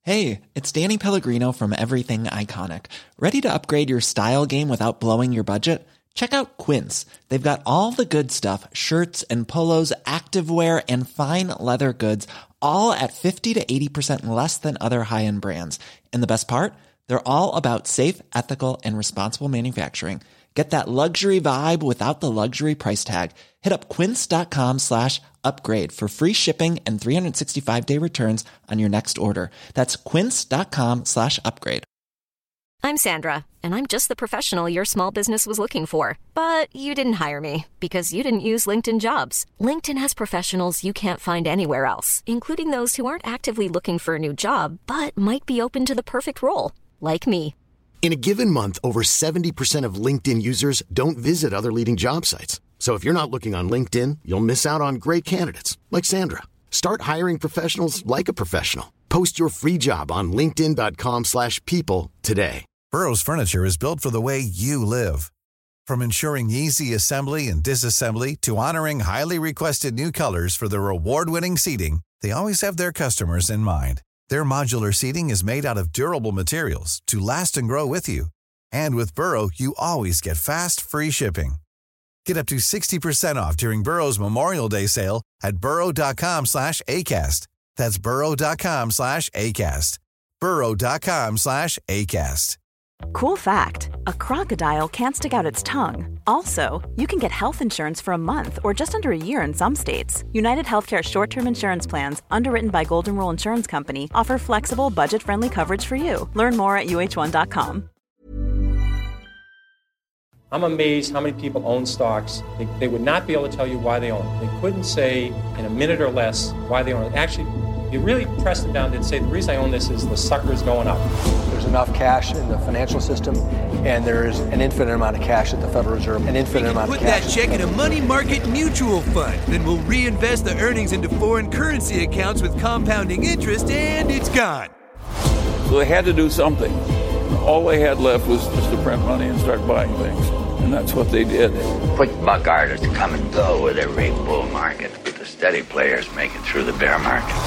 Hey, it's Danny Pellegrino from Everything Iconic. Ready to upgrade your style game without blowing your budget? Check out Quince. They've got all the good stuff, shirts and polos, activewear, and fine leather goods, all at 50 to 80% less than other high-end brands. And the best part? They're all about safe, ethical, and responsible manufacturing. Get that luxury vibe without the luxury price tag. Hit up quince.com/upgrade for free shipping and 365-day returns on your next order. That's quince.com/upgrade. I'm Sandra, and I'm just the professional your small business was looking for. But you didn't hire me because you didn't use LinkedIn Jobs. LinkedIn has professionals you can't find anywhere else, including those who aren't actively looking for a new job, but might be open to the perfect role, like me. In a given month, over 70% of LinkedIn users don't visit other leading job sites. So if you're not looking on LinkedIn, you'll miss out on great candidates like Sandra. Start hiring professionals like a professional. Post your free job on linkedin.com/people today. Burrow's furniture is built for the way you live. From ensuring easy assembly and disassembly to honoring highly requested new colors for their award-winning seating, they always have their customers in mind. Their modular seating is made out of durable materials to last and grow with you. And with Burrow, you always get fast, free shipping. Get up to 60% off during Burrow's Memorial Day sale at burrow.com/ACAST. That's burrow.com/ACAST. burrow.com/ACAST. Cool fact, a crocodile can't stick out its tongue. Also, you can get health insurance for a month or just under a year in some states. United Healthcare short-term insurance plans, underwritten by Golden Rule Insurance Company, offer flexible, budget-friendly coverage for you. Learn more at uh1.com. I'm amazed how many people own stocks. They would not be able to tell you why they own it. They couldn't say in a minute or less why they own it. Actually, you really press them down, they'd say, the reason I own this is the sucker's going up. There's enough cash in the financial system, and there's an infinite amount of cash at the Federal Reserve, an infinite amount of cash. Put that check in a money market mutual fund. Then we'll reinvest the earnings into foreign currency accounts with compounding interest, and it's gone. So they had to do something. All they had left was just to print money and start buying things. And that's what they did. Quick buck artists come and go with every bull market, but the steady players make it through the bear market.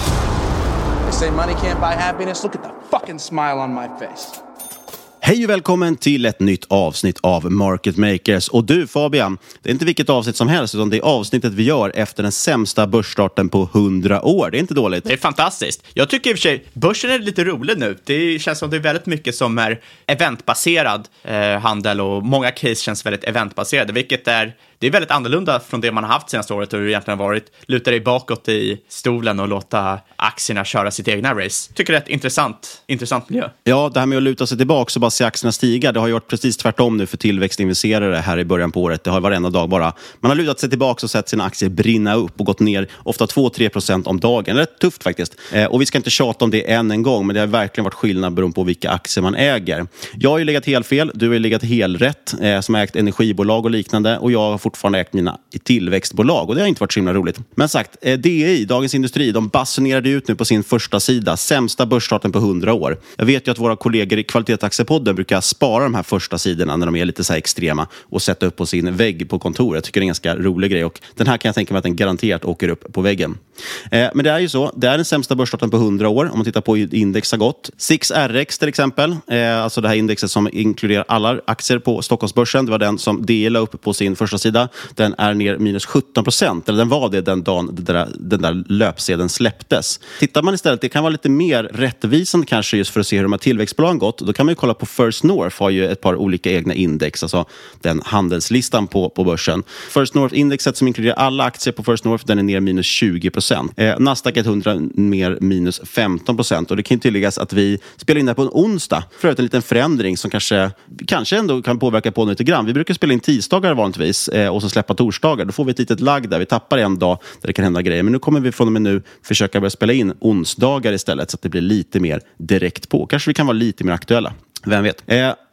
They say money can't buy happiness. Look at the fucking smile on my face. Hej och välkommen till ett nytt avsnitt av Market Makers. Och du Fabian, det är inte vilket avsnitt som helst utan det är avsnittet vi gör efter den sämsta börsstarten på 100 år. Det är inte dåligt. Det är fantastiskt. Jag tycker i och för sig, börsen är lite rolig nu. Det känns som det är väldigt mycket som är eventbaserad handel och många case känns väldigt eventbaserade, vilket är väldigt annorlunda från det man har haft senaste året och det egentligen varit luta dig bakåt i stolen och låta aktierna köra sitt egna race. Tycker det är ett intressant miljö. Ja, det här med att luta sig tillbaka och bara se aktierna stiga, det har ju varit precis tvärtom nu för tillväxtinvesterare här i början på året. Det har varenda dag bara. Man har lutat sig tillbaka och sett sina aktier brinna upp och gått ner ofta 2-3% om dagen. Det är rätt tufft faktiskt. Och vi ska inte tjata om det än en gång, men det har verkligen varit skillnad beroende på vilka aktier man äger. Jag har ju legat helt fel, du har ju legat helrätt som har ägt energibolag och liknande, och jag har fortfarande ägt mina tillväxtbolag och det har inte varit så himla roligt. Men sagt, DI, Dagens Industri, de basunerade ut nu på sin första sida sämsta börsstarten på 100 år. Jag vet ju att våra kollegor i Kvalitetsaktiepodden brukar spara de här första sidorna när de är lite så här extrema och sätta upp på sin vägg på kontoret. Jag tycker det är en ganska rolig grej och den här kan jag tänka mig att den garanterat åker upp på väggen. Men det är ju så, det är den sämsta börsstarten på 100 år om man tittar på hur index har gått. 6RX till exempel, alltså det här indexet som inkluderar alla aktier på Stockholmsbörsen, det var den som DI la upp på sin första sida. Den är ner minus 17%, eller den var det den dagen den där löpsedeln släpptes. Tittar man istället, det kan vara lite mer rättvisande kanske just för att se hur de här tillväxtbolagen gått. Då kan man ju kolla på First North, har ju ett par olika egna index, alltså den handelslistan på börsen. First North-indexet som inkluderar alla aktier på First North, den är ner minus 20%. Nasdaq 100 ner minus 15%. Och det kan ju tilläggas att vi spelar in det här på en onsdag. För att en liten förändring som kanske ändå kan påverka på lite grann. Vi brukar spela in tisdagar vanligtvis och så släppa torsdagar. Då får vi ett litet lagg där. Vi tappar en dag där det kan hända grejer. Men nu kommer vi från och med nu försöka börja spela in onsdagar istället så att det blir lite mer direkt på. Kanske vi kan vara lite mer aktuella. Vem vet?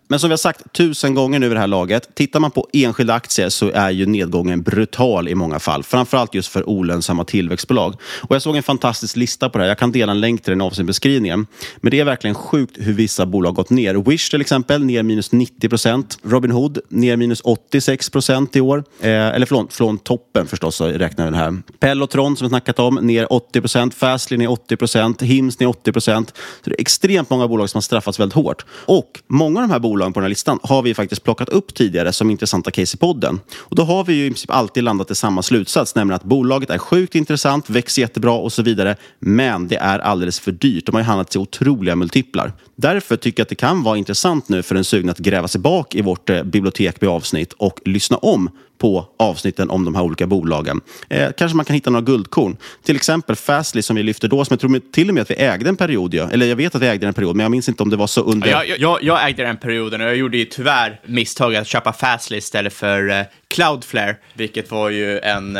Men som vi har sagt 1000 gånger nu i det här laget, tittar man på enskilda aktier så är ju nedgången brutal i många fall. Framförallt just för olönsamma tillväxtbolag. Och jag såg en fantastisk lista på det här. Jag kan dela en länk till den avsnittbeskrivningen. Men det är verkligen sjukt hur vissa bolag gått ner. Wish till exempel ner minus 90%. Robinhood ner minus 86% i år. Eller från toppen förstås så räknar den här. Peloton som vi snackat om ner 80%. Fastly ner 80%. Hims ner 80%. Så det är extremt många bolag som har straffats väldigt hårt. Och många av de här bolagen på den här listan har vi faktiskt plockat upp tidigare som intressanta case i podden. Och då har vi ju i princip alltid landat i samma slutsats, nämligen att bolaget är sjukt intressant, växer jättebra och så vidare, men det är alldeles för dyrt. De har ju handlat till otroliga multiplar. Därför tycker jag att det kan vara intressant nu för en sugna att gräva sig bak i vårt bibliotek med avsnitt och lyssna om på avsnitten om de här olika bolagen. Kanske man kan hitta några guldkorn. Till exempel Fastly som vi lyfter då, som jag tror till och med att vi ägde en period. Ja. Eller jag vet att vi ägde en period, men jag minns inte om det var så under... Jag ägde den perioden och jag gjorde ju tyvärr misstag att köpa Fastly istället för Cloudflare, vilket var ju en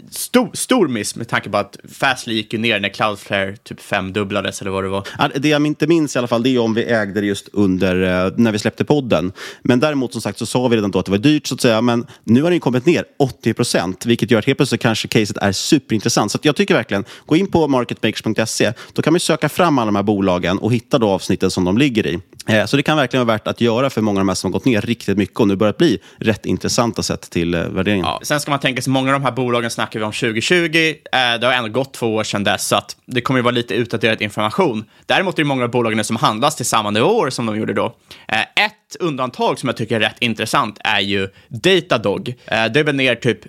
stor miss med tanke på att Fastly gick ju ner när Cloudflare typ 5-dubblades eller vad det var. Ja, det jag inte minns i alla fall, det är om vi ägde det just under när vi släppte podden. Men däremot som sagt så sa vi redan då att det var dyrt så att säga, men nu har det kommit ner 80%, vilket gör att helt plötsligt kanske caset är superintressant. Så att jag tycker verkligen, gå in på marketmakers.se, då kan man söka fram alla de här bolagen och hitta då avsnitten som de ligger i. Så det kan verkligen vara värt att göra för många av de här som har gått ner riktigt mycket och nu börjar bli rätt intressanta sett till värderingen. Ja, sen ska man tänka sig, många av de här bolagen snackar vi om 2020. Det har ändå gått 2 år sedan dess, så att det kommer ju vara lite utdaterad information. Däremot är det många av bolagen som handlas till samma nivåer som de gjorde då. Ett undantag som jag tycker är rätt intressant är ju Datadog. Det är väl ner typ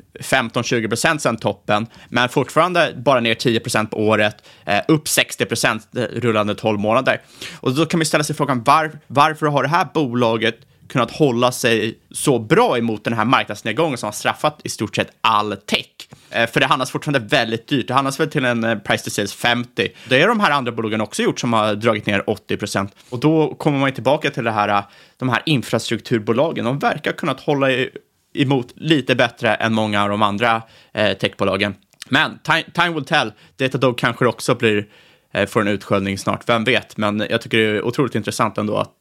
15-20% sedan toppen, men fortfarande bara ner 10% på året, upp 60% rullande 12 månader. Och då kan man ställa sig frågan, varför har det här bolaget kunnat hålla sig så bra emot den här marknadsnedgången som har straffat i stort sett all tech? För det handlas fortfarande väldigt dyrt. Det handlas väl till en price to sales 50. Det är de här andra bolagen också gjort som har dragit ner 80%. Och då kommer man tillbaka till de här infrastrukturbolagen. De verkar kunnat hålla emot lite bättre än många av de andra techbolagen. Men time will tell. Datadog kanske också får en utsköljning snart. Vem vet? Men jag tycker det är otroligt intressant ändå att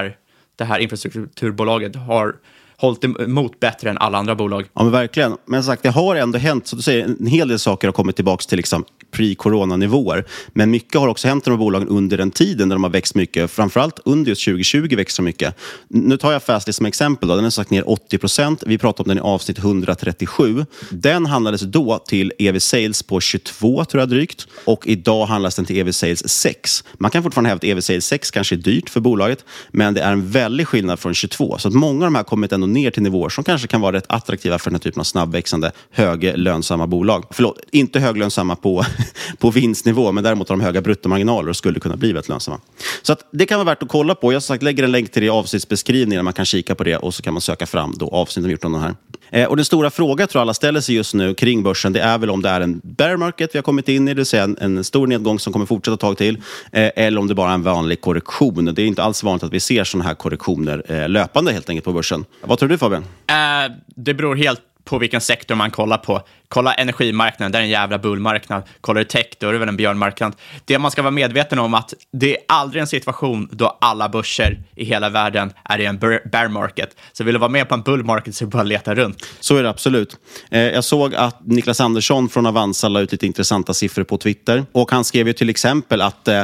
det här infrastrukturbolaget har hållit emot bättre än alla andra bolag. Ja, men verkligen. Men sagt, det har ändå hänt, så du säger, en hel del saker har kommit tillbaka till liksom pre-corona-nivåer. Men mycket har också hänt i de här bolagen under den tiden där de har växt mycket. Framförallt under just 2020 växer mycket. Nu tar jag Fastly som exempel då. Den har sagt ner 80%. Vi pratade om den i avsnitt 137. Den handlades då till EV-sales på 22 tror jag drygt. Och idag handlas den till EV-sales 6. Man kan fortfarande hävda att EV-sales 6 kanske är dyrt för bolaget. Men det är en väldig skillnad från 22. Så att många av de här kommit ändå ner till nivåer som kanske kan vara rätt attraktiva för den här typen av snabbväxande, höglönsamma bolag. Förlåt, inte höglönsamma på vinstnivå, men däremot har de höga bruttomarginaler och skulle kunna bli väldigt lönsamma. Så att det kan vara värt att kolla på. Jag har sagt, lägger en länk till det i avsnittsbeskrivningen, man kan kika på det och så kan man söka fram då avsnitten vi gjort om den här. Och den stora frågan tror alla ställer sig just nu kring börsen, det är väl om det är en bear market vi har kommit in i, det vill säga en stor nedgång som kommer fortsätta ett tag till, eller om det bara är en vanlig korrektion. Det är inte alls vanligt att vi ser sådana här korrektioner löpande helt enkelt på börsen. Vad tror du, Fabian? Det beror helt på vilken sektor man kollar på. Kolla energimarknaden, det är en jävla bullmarknad. Kollar du tech, då är det väl en björnmarknad. Det man ska vara medveten om att det är aldrig en situation då alla börser i hela världen är i en bear market. Så vill du vara med på en bull market så bara leta runt. Så är det absolut. Jag såg att Niklas Andersson från Avanza la ut lite intressanta siffror på Twitter. Och han skrev ju till exempel att sedan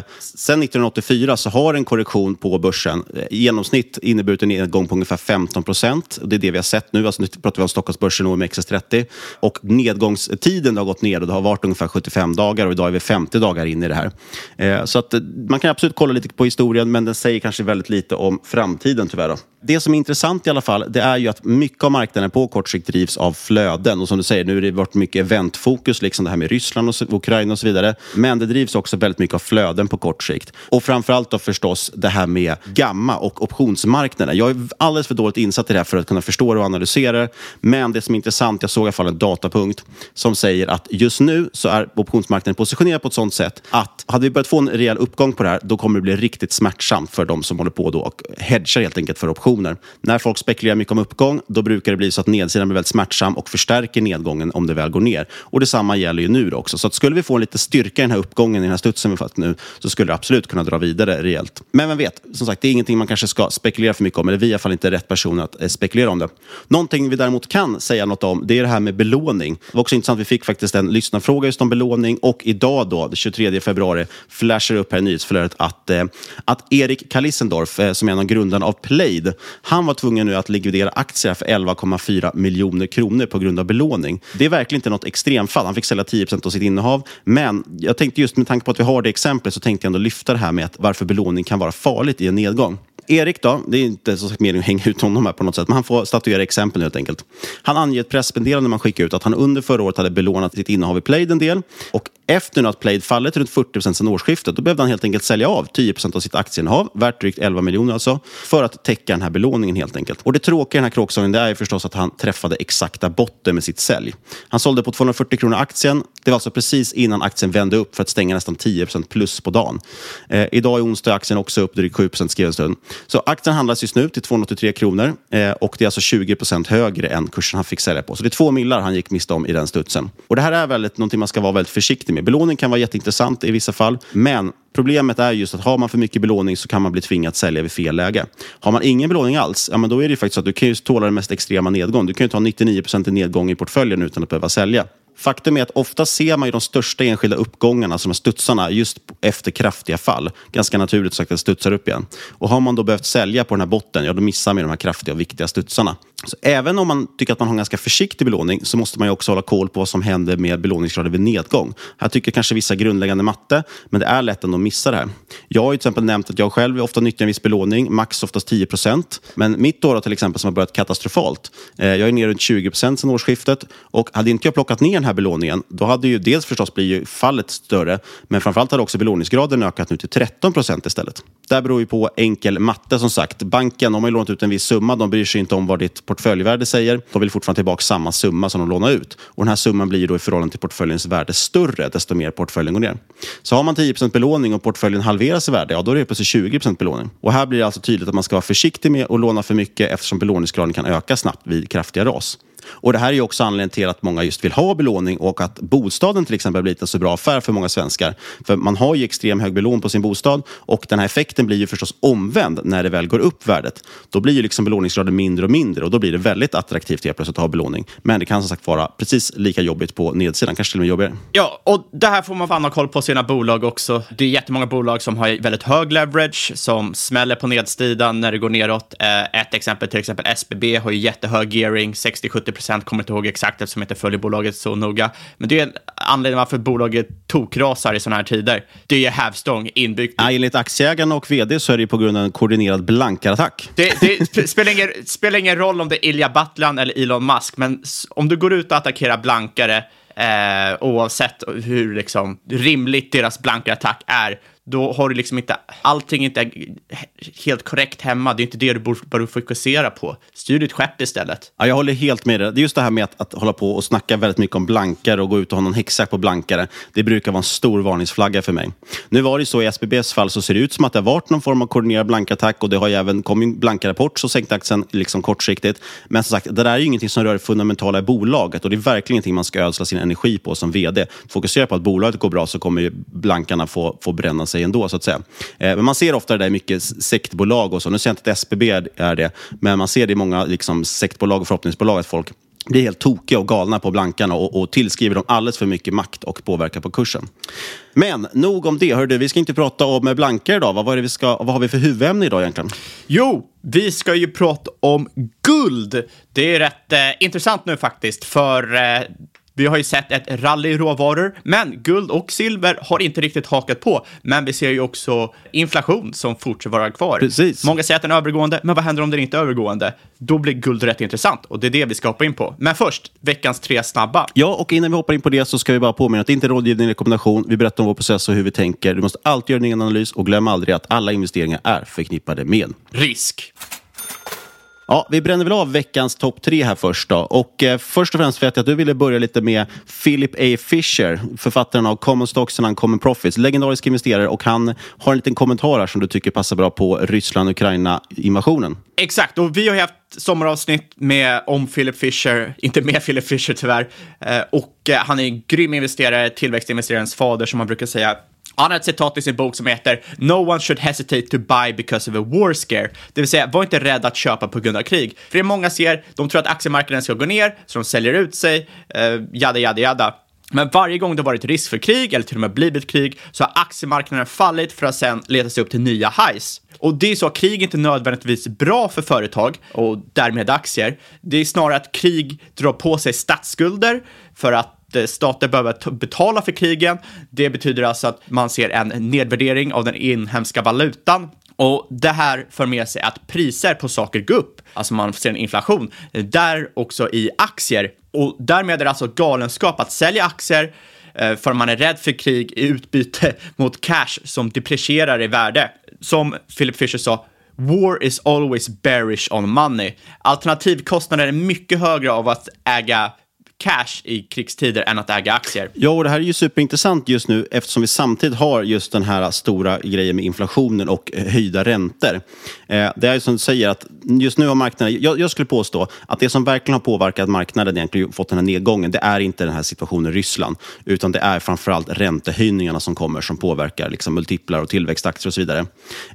1984 så har en korrektion på börsen i genomsnitt inneburit en nedgång på ungefär 15%. Och det är det vi har sett nu. Alltså nu pratar vi om Stockholmsbörsen och OMXS30. Och nedgångstiden har gått ner och det har varit ungefär 75 dagar och idag är vi 50 dagar in i det här. Så att man kan absolut kolla lite på historien, men den säger kanske väldigt lite om framtiden tyvärr då. Det som är intressant i alla fall, det är ju att mycket av marknaden på kort sikt drivs av flöden. Och som du säger, nu har det varit mycket eventfokus, liksom det här med Ryssland och Ukraina och så vidare. Men det drivs också väldigt mycket av flöden på kort sikt. Och framförallt då förstås det här med gamma- och optionsmarknaden. Jag är alldeles för dåligt insatt i det här för att kunna förstå det och analysera det. Men det som är intressant, jag såg i alla fall en datapunkt som säger att just nu så är optionsmarknaden positionerad på ett sådant sätt att hade vi börjat få en rejäl uppgång på det här, då kommer det bli riktigt smärtsamt för de som håller på då och hedgar helt enkelt för optioner. optioner. När folk spekulerar mycket om uppgång, då brukar det bli så att nedsidan blir väldigt smärtsam och förstärker nedgången om det väl går ner. Och detsamma gäller ju nu också. Så att skulle vi få en lite styrka i den här uppgången, i den här studsen vi fått nu, så skulle det absolut kunna dra vidare rejält. Men vem vet, som sagt, det är ingenting man kanske ska spekulera för mycket om, eller vi är i alla fall inte rätt person att spekulera om det. Någonting vi däremot kan säga något om, det är det här med belåning. Det var också intressant, vi fick faktiskt en lyssnarfråga just om belåning, och idag då, den 23 februari, flashar upp här i nyhetsflödet att Erik Kalissendorf, som är en av grundarna av Plaid, han var tvungen nu att likvidera aktier för 11,4 miljoner kronor på grund av belåning. Det är verkligen inte något extremfall. Han fick sälja 10% av sitt innehav, men jag tänkte just med tanke på att vi har det exemplet, så tänkte jag ändå lyfta det här med att varför belåning kan vara farligt i en nedgång. Erik då, det är inte så sagt meningen att hänga ut honom här på något sätt, men han får statuera exempel helt enkelt. Han anger ett pressmeddelande man skickar ut att han under förra året hade belånat sitt innehav i Plaid en del, och efter nu att Plaid fallit runt 40% sedan årsskiftet, då behövde han helt enkelt sälja av 10% av sitt aktieinnehav, värt drygt 11 miljoner alltså, för att täcka den här belåningen helt enkelt. Och det tråkiga i den här kråksången, det är förstås att han träffade exakta botten med sitt sälj. Han sålde på 240 kronor aktien, det var alltså precis innan aktien vände upp för att stänga nästan 10% plus på dagen. Idag i onsdag är aktien också upp drygt 7% skrev en stund. Så aktien handlas just nu till 283 kronor och det är alltså 20% högre än kursen han fick sälja på. Så det är 2 millar han gick miste om i den studsen. Och det här är väldigt någonting man ska vara väldigt försiktig med. Belåning kan vara jätteintressant i vissa fall, men problemet är just att har man för mycket belåning så kan man bli tvingad att sälja vid fel läge. Har man ingen belåning alls, ja, men då är det faktiskt så att du kan ju tåla den mest extrema nedgång. Du kan ju ta 99% i nedgång i portföljen utan att behöva sälja. Faktum är att ofta ser man ju de största enskilda uppgångarna, som är studsarna, just efter kraftiga fall. Ganska naturligt sagt att det studsar upp igen. Och har man då behövt sälja på den här botten, ja då missar man de här kraftiga och viktiga studsarna. Så även om man tycker att man har en ganska försiktig belåning, så måste man ju också hålla koll på vad som händer med belåningsgraden vid nedgång. Här tycker kanske vissa grundläggande matte, men det är lätt att missa det här. Jag har ju till exempel nämnt att jag själv ofta nyttjar en viss belåning, max oftast 10%. Men mitt år till exempel som har börjat katastrofalt. Jag är ner runt 20% sedan årsskiftet, och hade inte jag plockat ner den här belåningen, då hade ju dels förstås blivit ju fallet större, men framförallt hade också belåningsgraden ökat nu till 13% istället. Det beror ju på enkel matte som sagt. Banken, om man lånat ut en viss summa, de bryr sig inte om vad ditt portföljvärde säger. De vill fortfarande tillbaka samma summa som de lånar ut. Och den här summan blir ju då i förhållande till portföljens värde större, desto mer portföljen går ner. Så har man 10% belåning och portföljen halveras i värde, ja då är det plötsligt 20% belåning. Och här blir det alltså tydligt att man ska vara försiktig med att låna för mycket, eftersom belåningsgraden kan öka snabbt vid kraftiga ras. Och det här är ju också anledningen till att många just vill ha belåning, och att bostaden till exempel blir inte så bra affär för många svenskar. För man har ju extrem hög belåning på sin bostad, och den här effekten blir ju förstås omvänd när det väl går upp värdet. Då blir ju liksom belåningsgraden mindre och mindre, och då blir det väldigt attraktivt helt plötsligt att ha belåning. Men det kan som sagt vara precis lika jobbigt på nedsidan, kanske till och med jobbigare. Ja, och det här får man fan ha koll på sina bolag också. Det är jättemånga bolag som har väldigt hög leverage, som smäller på nedsidan när det går neråt. Ett exempel, till exempel SBB har ju jättehög gearing, 60-70%, kommer inte ihåg exakt eftersom jag inte följer bolaget så noga. Men det är en anledning varför bolaget tokrasar i sådana här tider. Det är hävstång inbyggt. Ja, enligt aktieägarna och vd så är det på grund av en koordinerad blankarattack. Det spelar ingen roll om det är Ilja Batljan eller Elon Musk, men om du går ut och attackerar blankare, oavsett hur liksom rimligt deras blankarattack är, då har du liksom inte, allting inte helt korrekt hemma. Det är inte det du borde fokusera på. Styr ditt skepp istället. Ja, jag håller helt med dig. Det är just det här med att hålla på och snacka väldigt mycket om blankare och gå ut och ha någon häxjakt på blankare. Det brukar vara en stor varningsflagga för mig. Nu var det så i SBBs fall, så ser det ut som att det har varit någon form av koordinerad blankattack, och det har ju även kommit en blankarapport, så sänkte aktien liksom kortsiktigt. Men som sagt, det där är ju ingenting som rör fundamentala i bolaget, och det är verkligen ingenting man ska ödsla sin energi på som vd. Fokusera på att bolaget går bra, så kommer ju blankarna få bränna sig ändå, så att säga. Men man ser ofta det där mycket sektbolag och så. Nu ser jag inte att SBB är det, men man ser det i många liksom sektbolag och förhoppningsbolag att folk blir helt tokiga och galna på blankarna och tillskriver dem alldeles för mycket makt och påverkar på kursen. Men nog om det. Hörde, vi ska inte prata om blankare idag. Vad har vi för huvudämne idag egentligen? Jo, vi ska ju prata om guld. Det är rätt intressant nu faktiskt, för vi har ju sett ett rally i råvaror, men guld och silver har inte riktigt hakat på. Men vi ser ju också inflation som fortsätter vara kvar. Precis. Många säger att den är övergående, men vad händer om den inte är övergående? Då blir guld rätt intressant, och det är det vi ska hoppa in på. Men först, veckans 3 snabba. Ja, och innan vi hoppar in på det så ska vi bara påminna att det inte är rådgivning eller rekommendation. Vi berättar om vår process och hur vi tänker. Du måste alltid göra en egen analys, och glöm aldrig att alla investeringar är förknippade med risk. Ja, vi bränner väl av veckans topp 3 här först då. Och först och främst vet jag att du ville börja lite med Philip A. Fisher, författaren av Common Stocks and Uncommon Profits, legendarisk investerare, och han har en liten kommentar här som du tycker passar bra på Ryssland-Ukraina-invasionen. Exakt, och vi har haft sommaravsnitt om Philip Fisher, inte med Philip Fisher tyvärr, och han är en grym investerare, tillväxtinvesterarens fader som man brukar säga. Han har ett citat i sin bok som heter "No one should hesitate to buy because of a war scare." Det vill säga, var inte rädd att köpa på grund av krig. För det många ser, de tror att aktiemarknaden ska gå ner, så de säljer ut sig, jada. Men varje gång det varit risk för krig, eller till och med blivit krig, så har aktiemarknaden fallit för att sen leta sig upp till nya highs. Och det är så att krig inte nödvändigtvis bra för företag och därmed aktier. Det är snarare att krig drar på sig statsskulder för att stater behöver betala för krigen. Det betyder alltså att man ser en nedvärdering av den inhemska valutan. Och det här för med sig att priser på saker går upp. Alltså man ser en inflation. Där också i aktier. Och därmed är det alltså galenskap att sälja aktier för man är rädd för krig i utbyte mot cash som deprecierar i värde. Som Philip Fisher sa, war is always bearish on money. Alternativkostnader är mycket högre av att äga cash i krigstider än att äga aktier. Ja, och det här är ju superintressant just nu eftersom vi samtidigt har just den här stora grejen med inflationen och höjda räntor. Det är ju som du säger att just nu har marknaden, jag skulle påstå att det som verkligen har påverkat marknaden, egentligen fått den här nedgången, det är inte den här situationen i Ryssland, utan det är framförallt räntehöjningarna som kommer som påverkar liksom multiplar och tillväxtaktier och så vidare.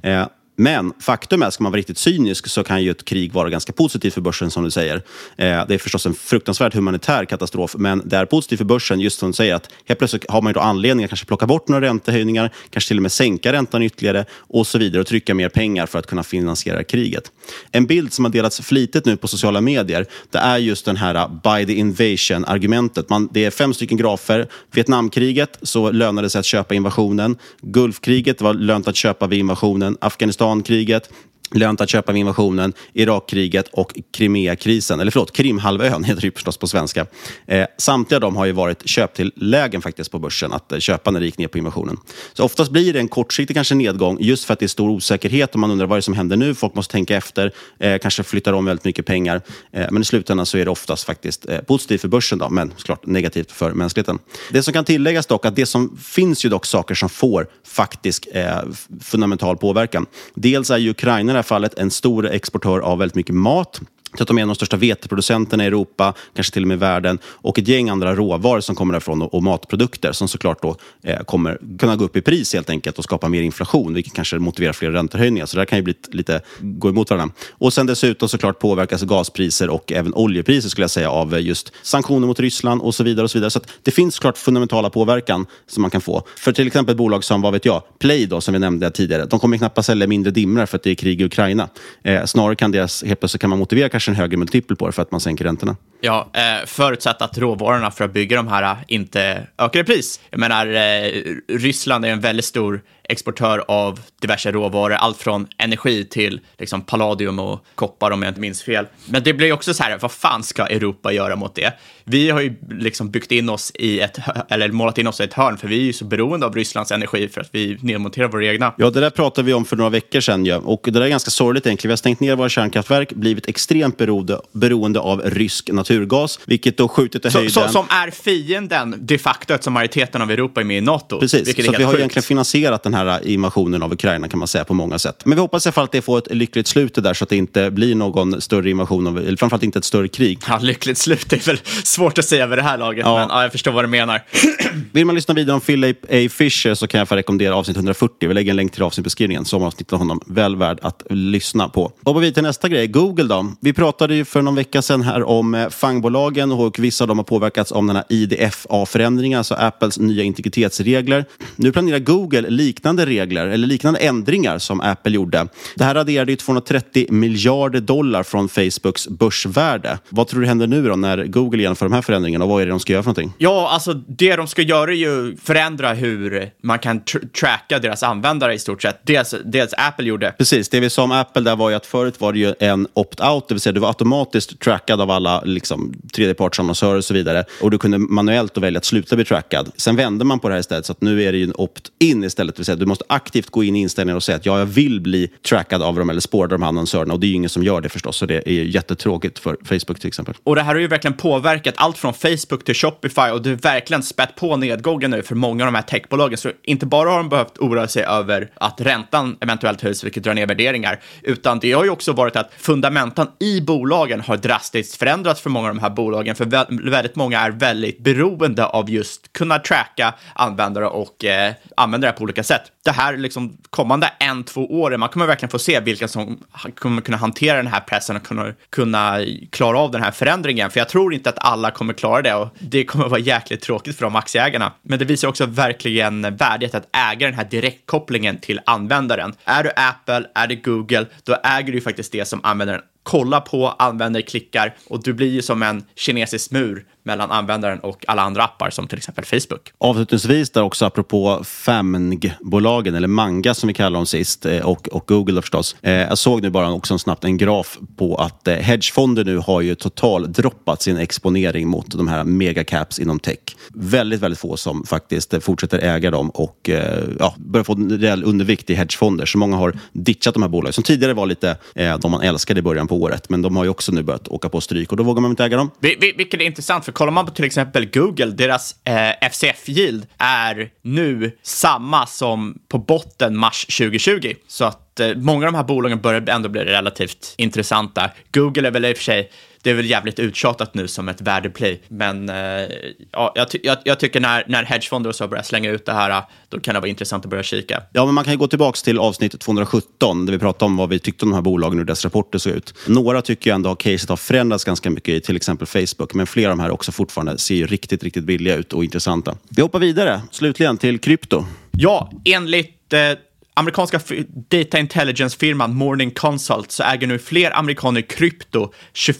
Men faktum är, ska man vara riktigt cynisk, så kan ju ett krig vara ganska positivt för börsen som du säger. Det är förstås en fruktansvärd humanitär katastrof, men det är positivt för börsen just som du säger att helt plötsligt har man ju då anledning att kanske plocka bort några räntehöjningar, kanske till och med sänka räntan ytterligare och så vidare och trycka mer pengar för att kunna finansiera kriget. En bild som har delats flitigt nu på sociala medier, det är just den här buy the invasion-argumentet. Det är 5 stycken grafer. Vietnamkriget, så lönade det sig att köpa invasionen. Gulfkriget var lönt att köpa vid invasionen. Afghanistankriget, lönt att köpa vid invasionen. Irakkriget och Krimeakrisen, eller förlåt, Krimhalvön heter det förstås på svenska. Samtliga de har ju varit köp till lägen faktiskt på börsen att köpa när det gick ner på invasionen. Så oftast blir det en kortsiktig kanske nedgång just för att det är stor osäkerhet och man undrar vad det är som händer nu. Folk måste tänka efter, kanske flyttar om väldigt mycket pengar. Men i slutändan så är det oftast faktiskt positivt för börsen då, men såklart negativt för mänskligheten. Det som kan tilläggas dock, att det som finns ju dock saker som får faktisk fundamental påverkan. Dels är ju Ukraina i det här fallet en stor exportör av väldigt mycket mat. Så att de är de största veteproducenterna i Europa, kanske till och med i världen, och ett gäng andra råvaror som kommer därifrån och matprodukter som såklart då kommer kunna gå upp i pris helt enkelt och skapa mer inflation, vilket kanske motiverar fler räntehöjningar. Så det här kan ju bli lite gå emot varandra. Och sen dessutom såklart påverkas gaspriser och även oljepriser skulle jag säga av just sanktioner mot Ryssland och så vidare och så vidare. Så att det finns såklart fundamentala påverkan som man kan få. För till exempel bolag som, vad vet jag, Play då, som vi nämnde tidigare, de kommer knappast sälja mindre dimrar för att det är krig i Ukraina. Snarare kan deras, helt plötsligt kan man motivera kanske en högre multipel på det för att man sänker räntorna. Ja, förutsatt att råvarorna för att bygga de här inte ökar i pris. Jag menar, Ryssland är en väldigt stor exportör av diverse råvaror, allt från energi till liksom palladium och koppar om jag inte minns fel. Men det blir ju också så här, vad fan ska Europa göra mot det? Vi har ju liksom byggt in oss eller målat in oss i ett hörn, för vi är ju så beroende av Rysslands energi för att vi nedmonterar våra egna. Ja, det där pratade vi om för några veckor sedan ju. Och det där är ganska sorgligt egentligen. Vi har stängt ner våra kärnkraftverk, blivit extremt beroende av rysk naturgas, vilket då skjutit i höjden. Som är fienden de facto, som majoriteten av Europa är med i NATO. Precis, så vi har egentligen finansierat den här invasionen av Ukraina kan man säga på många sätt. Men vi hoppas i alla fall att det får ett lyckligt slut där så att det inte blir någon större invasion, eller framförallt inte ett större krig. Ja, lyckligt slut är väl svårt att säga vid det här laget, men ja, jag förstår vad du menar. Vill man lyssna vidare om Philip A. Fisher så kan jag rekommendera avsnitt 140. Vi lägger en länk till avsnittbeskrivningen, så avsnitt av honom väl värd att lyssna på. Och vi till nästa grej, Google då. Vi pratade ju för någon vecka sedan här om fangbolagen och vissa av dem har påverkats om den här IDFA-förändringen, alltså Apples nya integritetsregler. Nu planerar Google liknande regler eller liknande ändringar som Apple gjorde. Det här raderade ju $230 miljarder från Facebooks börsvärde. Vad tror du händer nu då när Google genomför de här förändringarna och vad är det de ska göra för någonting? Ja, alltså det de ska göra är ju förändra hur man kan tracka deras användare i stort sett. Dels Apple gjorde. Precis, det vi sa om Apple där var ju att förut var det ju en opt-out, det vill säga du var automatiskt trackad av alla liksom tredjepartsannonsörer och så vidare. Och du kunde manuellt välja att sluta bli trackad. Sen vände man på det här istället så att nu är det ju en opt-in istället. Det vill säga, du måste aktivt gå in i inställningar och säga att jag vill bli trackad av dem eller spårad av de här annonsörerna. Och det är ju ingen som gör det förstås. Så det är jättetråkigt för Facebook till exempel. Och det här har ju verkligen påverkat allt från Facebook till Shopify, och det är verkligen spett på nedgången nu för många av de här techbolagen. Så inte bara har de behövt oroa sig över att räntan eventuellt höjs, vilket drar ner värderingar, utan det har ju också varit att fundamentan i bolagen har drastiskt förändrats för många av de här bolagen, för väldigt många är väldigt beroende av just kunna tracka användare och använda det på olika sätt. Det här liksom kommande 1-2 åren, man kommer verkligen få se vilka som kommer kunna hantera den här pressen och kunna klara av den här förändringen, för jag tror inte att alla kommer klara det, och det kommer vara jäkligt tråkigt för de aktieägarna. Men det visar också verkligen värdet att äga den här direktkopplingen till användaren. Är du Apple, är det Google, då äger du faktiskt det som användaren kollar på, användare klickar, och du blir ju som en kinesisk mur mellan användaren och alla andra appar som till exempel Facebook. Avslutningsvis där också apropå FAMG-bolagen eller Manga som vi kallar dem sist och Google förstås. Jag såg nu bara också snabbt en graf på att hedgefonder nu har ju totaldroppat sin exponering mot de här megacaps inom tech. Väldigt, väldigt få som faktiskt fortsätter äga dem och börjar få en rejäl undervikt i hedgefonder. Så många har ditchat de här bolagen som tidigare var lite de man älskade i början på året, men de har ju också nu börjat åka på stryk och då vågar man inte äga dem. Vilket är intressant, för kollar man på till exempel Google, deras FCF-yield är nu samma som på botten mars 2020. Så att många av de här bolagen börjar ändå bli relativt intressanta. Google är väl i och för sig, det är väl jävligt uttjatat nu som ett värdeplay. Men jag tycker när hedgefonder och så börjar slänga ut det här, då kan det vara intressant att börja kika. Ja, men man kan ju gå tillbaka till avsnitt 217 där vi pratade om vad vi tyckte om de här bolagen och hur deras rapporter såg ut. Några tycker jag ändå att caset har förändrats ganska mycket i till exempel Facebook. Men flera av de här också fortfarande ser ju riktigt, riktigt billiga ut och intressanta. Vi hoppar vidare, slutligen till krypto. Ja, enligt amerikanska data intelligence-firman Morning Consult så äger nu fler amerikaner krypto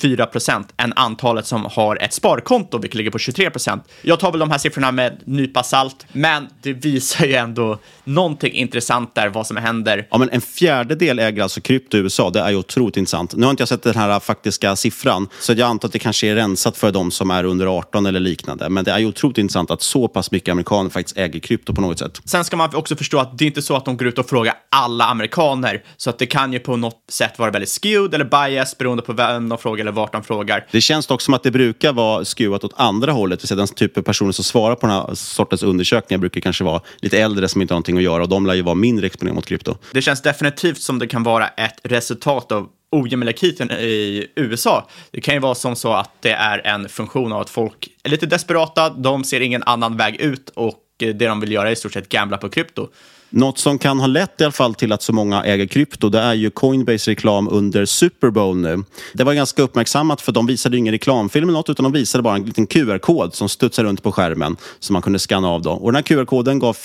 24% än antalet som har ett sparkonto, vilket ligger på 23%. Jag tar väl de här siffrorna med nypa salt, men det visar ju ändå någonting intressant där, vad som händer. Ja, men 1/4 äger alltså krypto i USA. Det är ju otroligt intressant. Nu har inte jag sett den här faktiska siffran, så jag antar att det kanske är rensat för de som är under 18 eller liknande. Men det är ju otroligt intressant att så pass mycket amerikaner faktiskt äger krypto på något sätt. Sen ska man också förstå att det är inte så att de går ut och frågar alla amerikaner, så att det kan ju på något sätt vara väldigt skewed eller bias beroende på vem de frågar eller vart de frågar. Det känns dock som att det brukar vara skewat åt andra hållet. Det vill säga den typ av personer som svarar på den här sortens undersökningar brukar kanske vara lite äldre som inte har någonting att göra, och de lär ju vara mindre exponerade mot krypto. Det känns definitivt som det kan vara ett resultat av ojämlikheten i USA. Det kan ju vara som så att det är en funktion av att folk är lite desperata, de ser ingen annan väg ut och det de vill göra är i stort sett gambla på krypto. Något som kan ha lett i alla fall till att så många äger krypto, det är ju Coinbase-reklam under Super Bowl nu. Det var ganska uppmärksammat för de visade ju ingen reklamfilm eller något, utan de visade bara en liten QR-kod som studsade runt på skärmen som man kunde scanna av då. Och den här QR-koden gav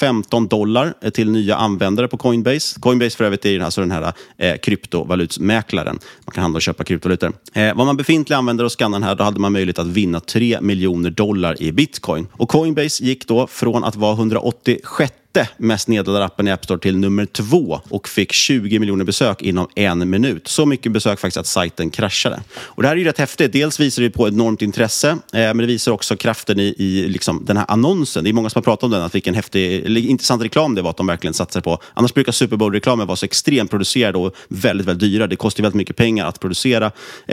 $15 till nya användare på Coinbase. Coinbase för övrigt är alltså den här kryptovalutsmäklaren. Man kan handla och köpa kryptovalutor. Var man befintlig användare och scanna den här, då hade man möjlighet att vinna $3 miljoner i bitcoin. Och Coinbase gick då från att vara 186 mest nedladdade appen i App Store till nummer 2 och fick 20 miljoner besök inom 1 minut. Så mycket besök faktiskt att sajten kraschade. Och det här är ju rätt häftigt. Dels visar det på enormt intresse, men det visar också kraften i liksom den här annonsen. Det är många som har pratat om den, att vilken häftig, intressant reklam det var att de verkligen satsar på. Annars brukar Super Bowl-reklamen vara så extremt producerad och väldigt, väldigt dyra. Det kostar väldigt mycket pengar att producera,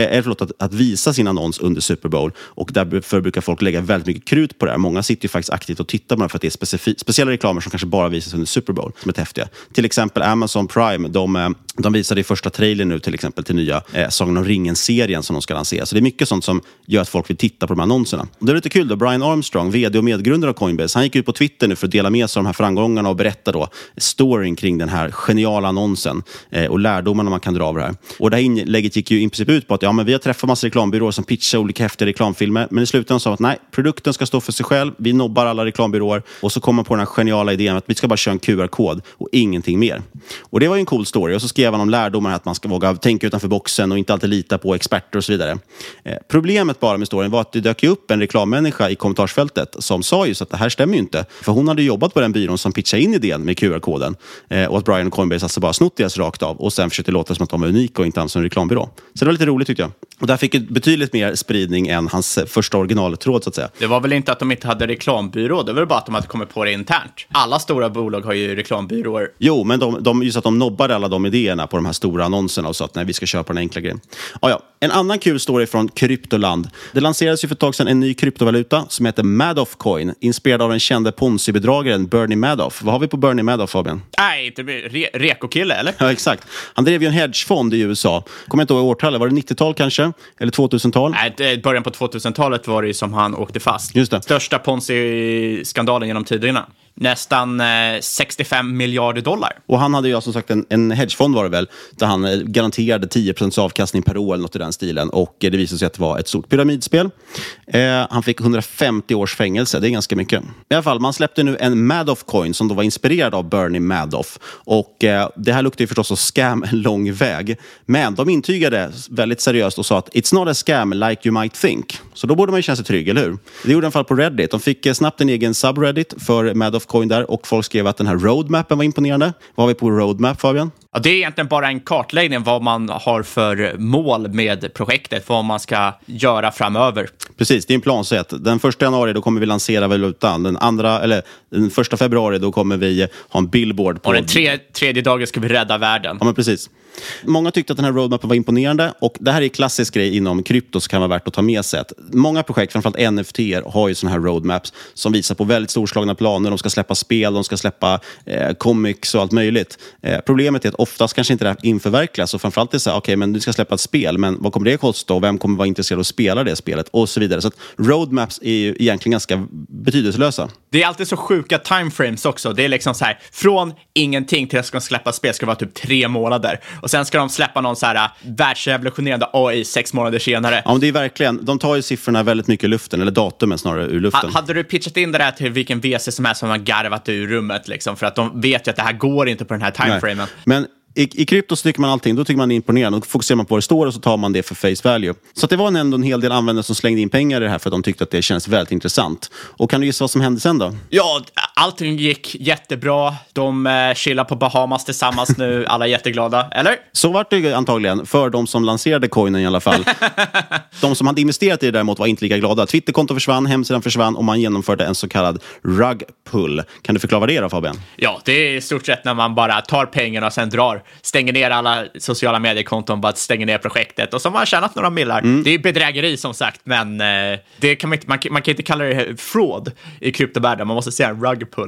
att visa sin annons under Super Bowl. Och därför brukar folk lägga väldigt mycket krut på det här. Många sitter ju faktiskt aktivt och tittar på det för att det är speciella reklamer som kanske bara visas under Super Bowl som är häftiga. Till exempel Amazon Prime, de visade i första trailern nu till exempel till nya Sagan om ringen-serien som de ska lansera. Så det är mycket sånt som gör att folk vill titta på de här annonserna. Och det är lite kul då, Brian Armstrong, vd och medgrundare av Coinbase, han gick ut på Twitter nu för att dela med sig av de här framgångarna och berätta då storyn kring den här geniala annonsen och lärdomarna man kan dra av det här. Och det här inlägget gick ju i princip ut på att vi har träffat massa reklambyråer som pitchar olika häftiga reklamfilmer, men i slutändan sa att nej, produkten ska stå för sig själv, vi nobbar alla reklambyråer, och så kommer man på den här geniala idén att vi ska bara köra en QR-kod och ingenting mer. Och det var ju en cool story, och så skrev skrev han om lärdomar att man ska våga tänka utanför boxen och inte alltid lita på experter och så vidare. Problemet bara med storyn var att det dök upp en reklammänniska i kommentarsfältet som sa just att det här stämmer ju inte. För hon hade jobbat på den byrån som pitchade in idén med QR-koden och att Brian och Coinbase alltså bara snott deras rakt av och sen försökte låta som att de var unika och inte alls en reklambyrå. Så det var lite roligt tyckte jag. Och där fick det betydligt mer spridning än hans första originaltråd så att säga. Det var väl inte att de inte hade reklambyrå, det var väl bara att de hade kommit på det internt. Alla stora bolag har ju reklambyråer. Jo, men just att de nobbade alla de idéerna på de här stora annonserna och sa att nej, vi ska köpa den enkla grejen. Ja. En annan kul story från kryptoland. Det lanserades ju för ett tag sedan en ny kryptovaluta som heter Madoff Coin, inspirerad av den kände Ponzi-bedragaren Bernie Madoff. Vad har vi på Bernie Madoff, Fabian? Nej, inte Reko-kille, eller? Ja, exakt. Han drev ju en hedgefond i USA. Kommer inte ihåg årtalet, var det 90-tal kanske? Eller 2000-tal? Nej, början på 2000-talet var det som han åkte fast. Just det. Största Ponzi-skandalen genom tiderna. Nästan 65 miljarder dollar. Och han hade ju som sagt en hedgefond var det väl, där han garanterade 10% avkastning per år eller något i den stilen. Och det visade sig att det var ett stort pyramidspel. Han fick 150 års fängelse, det är ganska mycket. I alla fall, man släppte nu en Madoff Coin som då var inspirerad av Bernie Madoff. Och det här luktar ju förstås att scam en lång väg. Men de intygade väldigt seriöst och sa att it's not a scam like you might think. Så då borde man ju känna sig trygg, eller hur? Det gjorde i alla fall på Reddit. De fick snabbt en egen subreddit för Madoff Coin där och folk skrev att den här roadmappen var imponerande. Vad har vi på roadmap, Fabian? Ja, det är egentligen bara en kartläggning vad man har för mål med projektet, vad man ska göra framöver. Precis, det är en plan så att den 1 januari då kommer vi lansera valutan. Den 1 februari då kommer vi ha en billboard på... Och den tredje dagen ska vi rädda världen. Ja, men precis. Många tyckte att den här roadmappen var imponerande och det här är en klassisk grej inom krypto som kan vara värt att ta med sig. Många projekt, framförallt NFT-er, har ju såna här roadmaps som visar på väldigt storslagna planer. De ska släppa spel, de ska släppa comics och allt möjligt. Problemet är att oftast kanske inte det här införverkligas och framförallt är det så här, okej, men du ska släppa ett spel, men vad kommer det kosta och vem kommer vara intresserad av att spela det spelet och så vidare. Så att roadmaps är ju egentligen ganska betydelselösa. Det är alltid så sjuka timeframes också. Det är liksom så här, från ingenting till att ska släppa spel ska det vara typ 3 månader. Och sen ska de släppa någon så här världsrevolutionerande AI 6 månader senare. Ja, men det är verkligen, de tar ju siffrorna väldigt mycket i luften, eller datumen snarare ur luften. Hade du pitchat in det där till vilken VC som är som har garvat ur rummet liksom, för att de vet ju att det här går inte på den här timeframen. Men i krypto så tycker man allting, då tycker man det är imponerande och fokuserar man på vad det står och så tar man det för face value. Så att det var ändå en hel del användare som slängde in pengar i det här för att de tyckte att det känns väldigt intressant. Och kan du gissa vad som hände sen då? Ja, allting gick jättebra. De chillar på Bahamas tillsammans nu, alla är jätteglada, eller? Så var det antagligen för de som lanserade coinen i alla fall. De som hade investerat i det däremot var inte lika glada. Twitterkonto försvann, hemsidan försvann och man genomförde en så kallad rug pull. Kan du förklara vad det är då, Fabian? Ja, det är i stort sett när man bara tar pengarna och sen stänger ner alla sociala mediekonton, bara stänger ner projektet och så har man tjänat några millar. Det är bedrägeri som sagt, men det kan man kan inte kalla det fraud i kryptovärlden. Man måste säga en rug pull.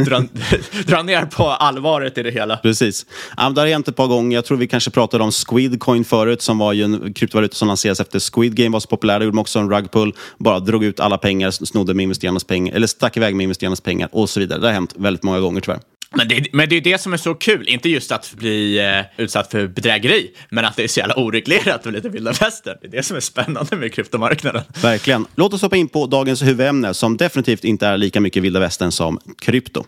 dra ner på allvaret i det hela. Precis. Det har hänt ett par gånger. Jag tror vi kanske pratade om Squid Coin förut, som var ju en kryptovaluta som lanserades efter Squid Game var så populär. Då gjorde man också en rug pull. Bara drog ut alla pengar, snodde med investerarnas pengar eller stack iväg med investerarnas pengar och så vidare. Det har hänt väldigt många gånger tyvärr. Men det är det som är så kul. Inte just att bli utsatt för bedrägeri, men att det är så jävla oreglerat och lite vilda västern. Det är det som är spännande med kryptomarknaden. Verkligen. Låt oss hoppa in på dagens huvudämne som definitivt inte är lika mycket vilda västern som krypto.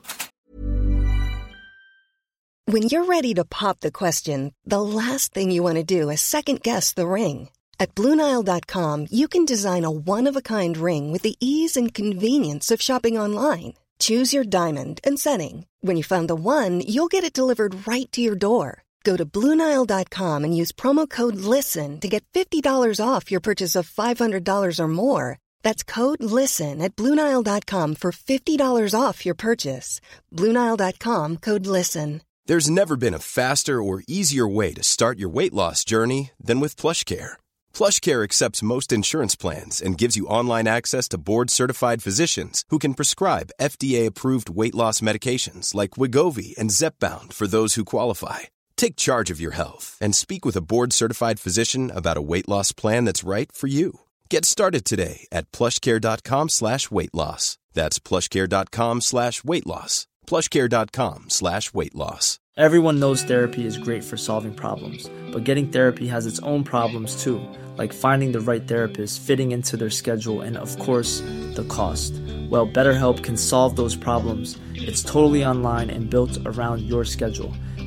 When you're ready to pop the question, the last thing you want to do is second guess the ring. At BlueNile.com you can design a one-of-a-kind ring with the ease and convenience of shopping online. Choose your diamond and setting. When you find the one, you'll get it delivered right to your door. Go to BlueNile.com and use promo code LISTEN to get $50 off your purchase of $500 or more. That's code LISTEN at BlueNile.com for $50 off your purchase. BlueNile.com, code LISTEN. There's never been a faster or easier way to start your weight loss journey than with PlushCare. PlushCare accepts most insurance plans and gives you online access to board-certified physicians who can prescribe FDA-approved weight loss medications like Wegovy and Zepbound for those who qualify. Take charge of your health and speak with a board-certified physician about a weight loss plan that's right for you. Get started today at plushcare.com/weightloss. That's plushcare.com/weightloss. plushcare.com/weightloss. Everyone knows therapy is great for solving problems, but getting therapy has its own problems too, like finding the right therapist, fitting into their schedule, and of course, the cost. Well, BetterHelp can solve those problems. It's totally online and built around your schedule.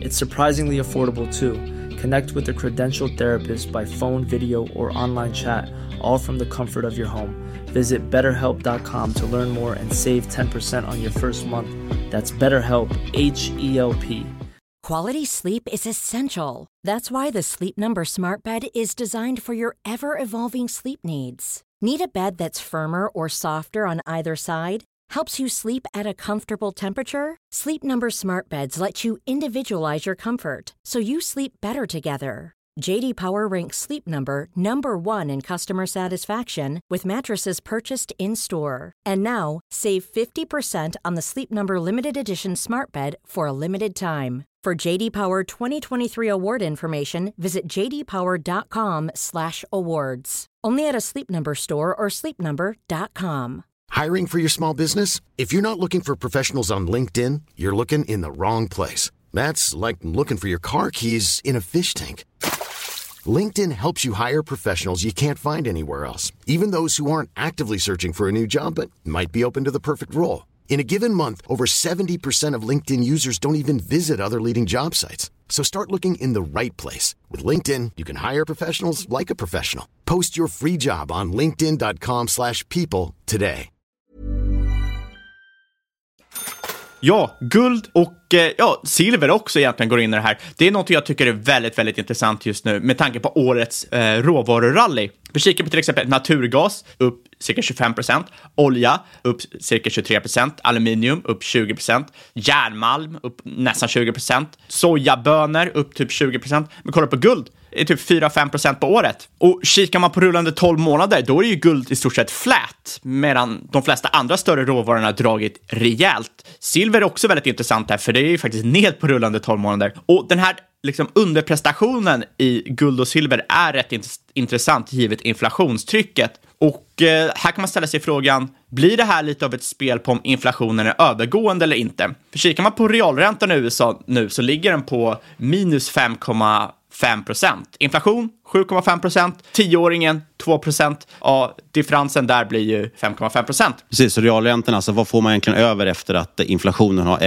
It's surprisingly affordable too. Connect with a credentialed therapist by phone, video, or online chat, all from the comfort of your home. Visit BetterHelp.com to learn more and save 10% on your first month. That's BetterHelp, H-E-L-P. Quality sleep is essential. That's why the Sleep Number Smart Bed is designed for your ever-evolving sleep needs. Need a bed that's firmer or softer on either side? Helps you sleep at a comfortable temperature? Sleep Number Smart Beds let you individualize your comfort, so you sleep better together. J.D. Power ranks Sleep Number #1 in customer satisfaction with mattresses purchased in-store. And now, save 50% on the Sleep Number Limited Edition Smart Bed for a limited time. For J.D. Power 2023 award information, visit jdpower.com/awards. Only at a Sleep Number store or sleepnumber.com. Hiring for your small business? If you're not looking for professionals on LinkedIn, you're looking in the wrong place. That's like looking for your car keys in a fish tank. LinkedIn helps you hire professionals you can't find anywhere else, even those who aren't actively searching for a new job but might be open to the perfect role. In a given month, over 70% of LinkedIn users don't even visit other leading job sites. So start looking in the right place. With LinkedIn, you can hire professionals like a professional. Post your free job on linkedin.com/people today. Ja, guld och silver också egentligen går in i det här. Det är något jag tycker är väldigt, väldigt intressant just nu med tanke på årets råvarurally. Vi kikar på till exempel naturgas upp cirka 25%, olja upp cirka 23%, aluminium upp 20%, järnmalm upp nästan 20%, sojabönor upp typ 20%. Men kolla på guld, det är typ 4-5% på året. Och kikar man på rullande 12 månader, då är ju guld i stort sett flat, medan de flesta andra större råvarorna har dragit rejält. Silver är också väldigt intressant här, för det är ju faktiskt ned på rullande 12 månader. Och den här liksom underprestationen i guld och silver är rätt intressant givet inflationstrycket. Och här kan man ställa sig frågan, blir det här lite av ett spel på om inflationen är övergående eller inte? För kikar man på realräntan i USA nu så ligger den på minus 5,5%. Inflation 7,5%, 10-åringen 2%. Ja, differensen där blir ju 5,5%. Precis, så realräntan, alltså vad får man egentligen över efter att inflationen har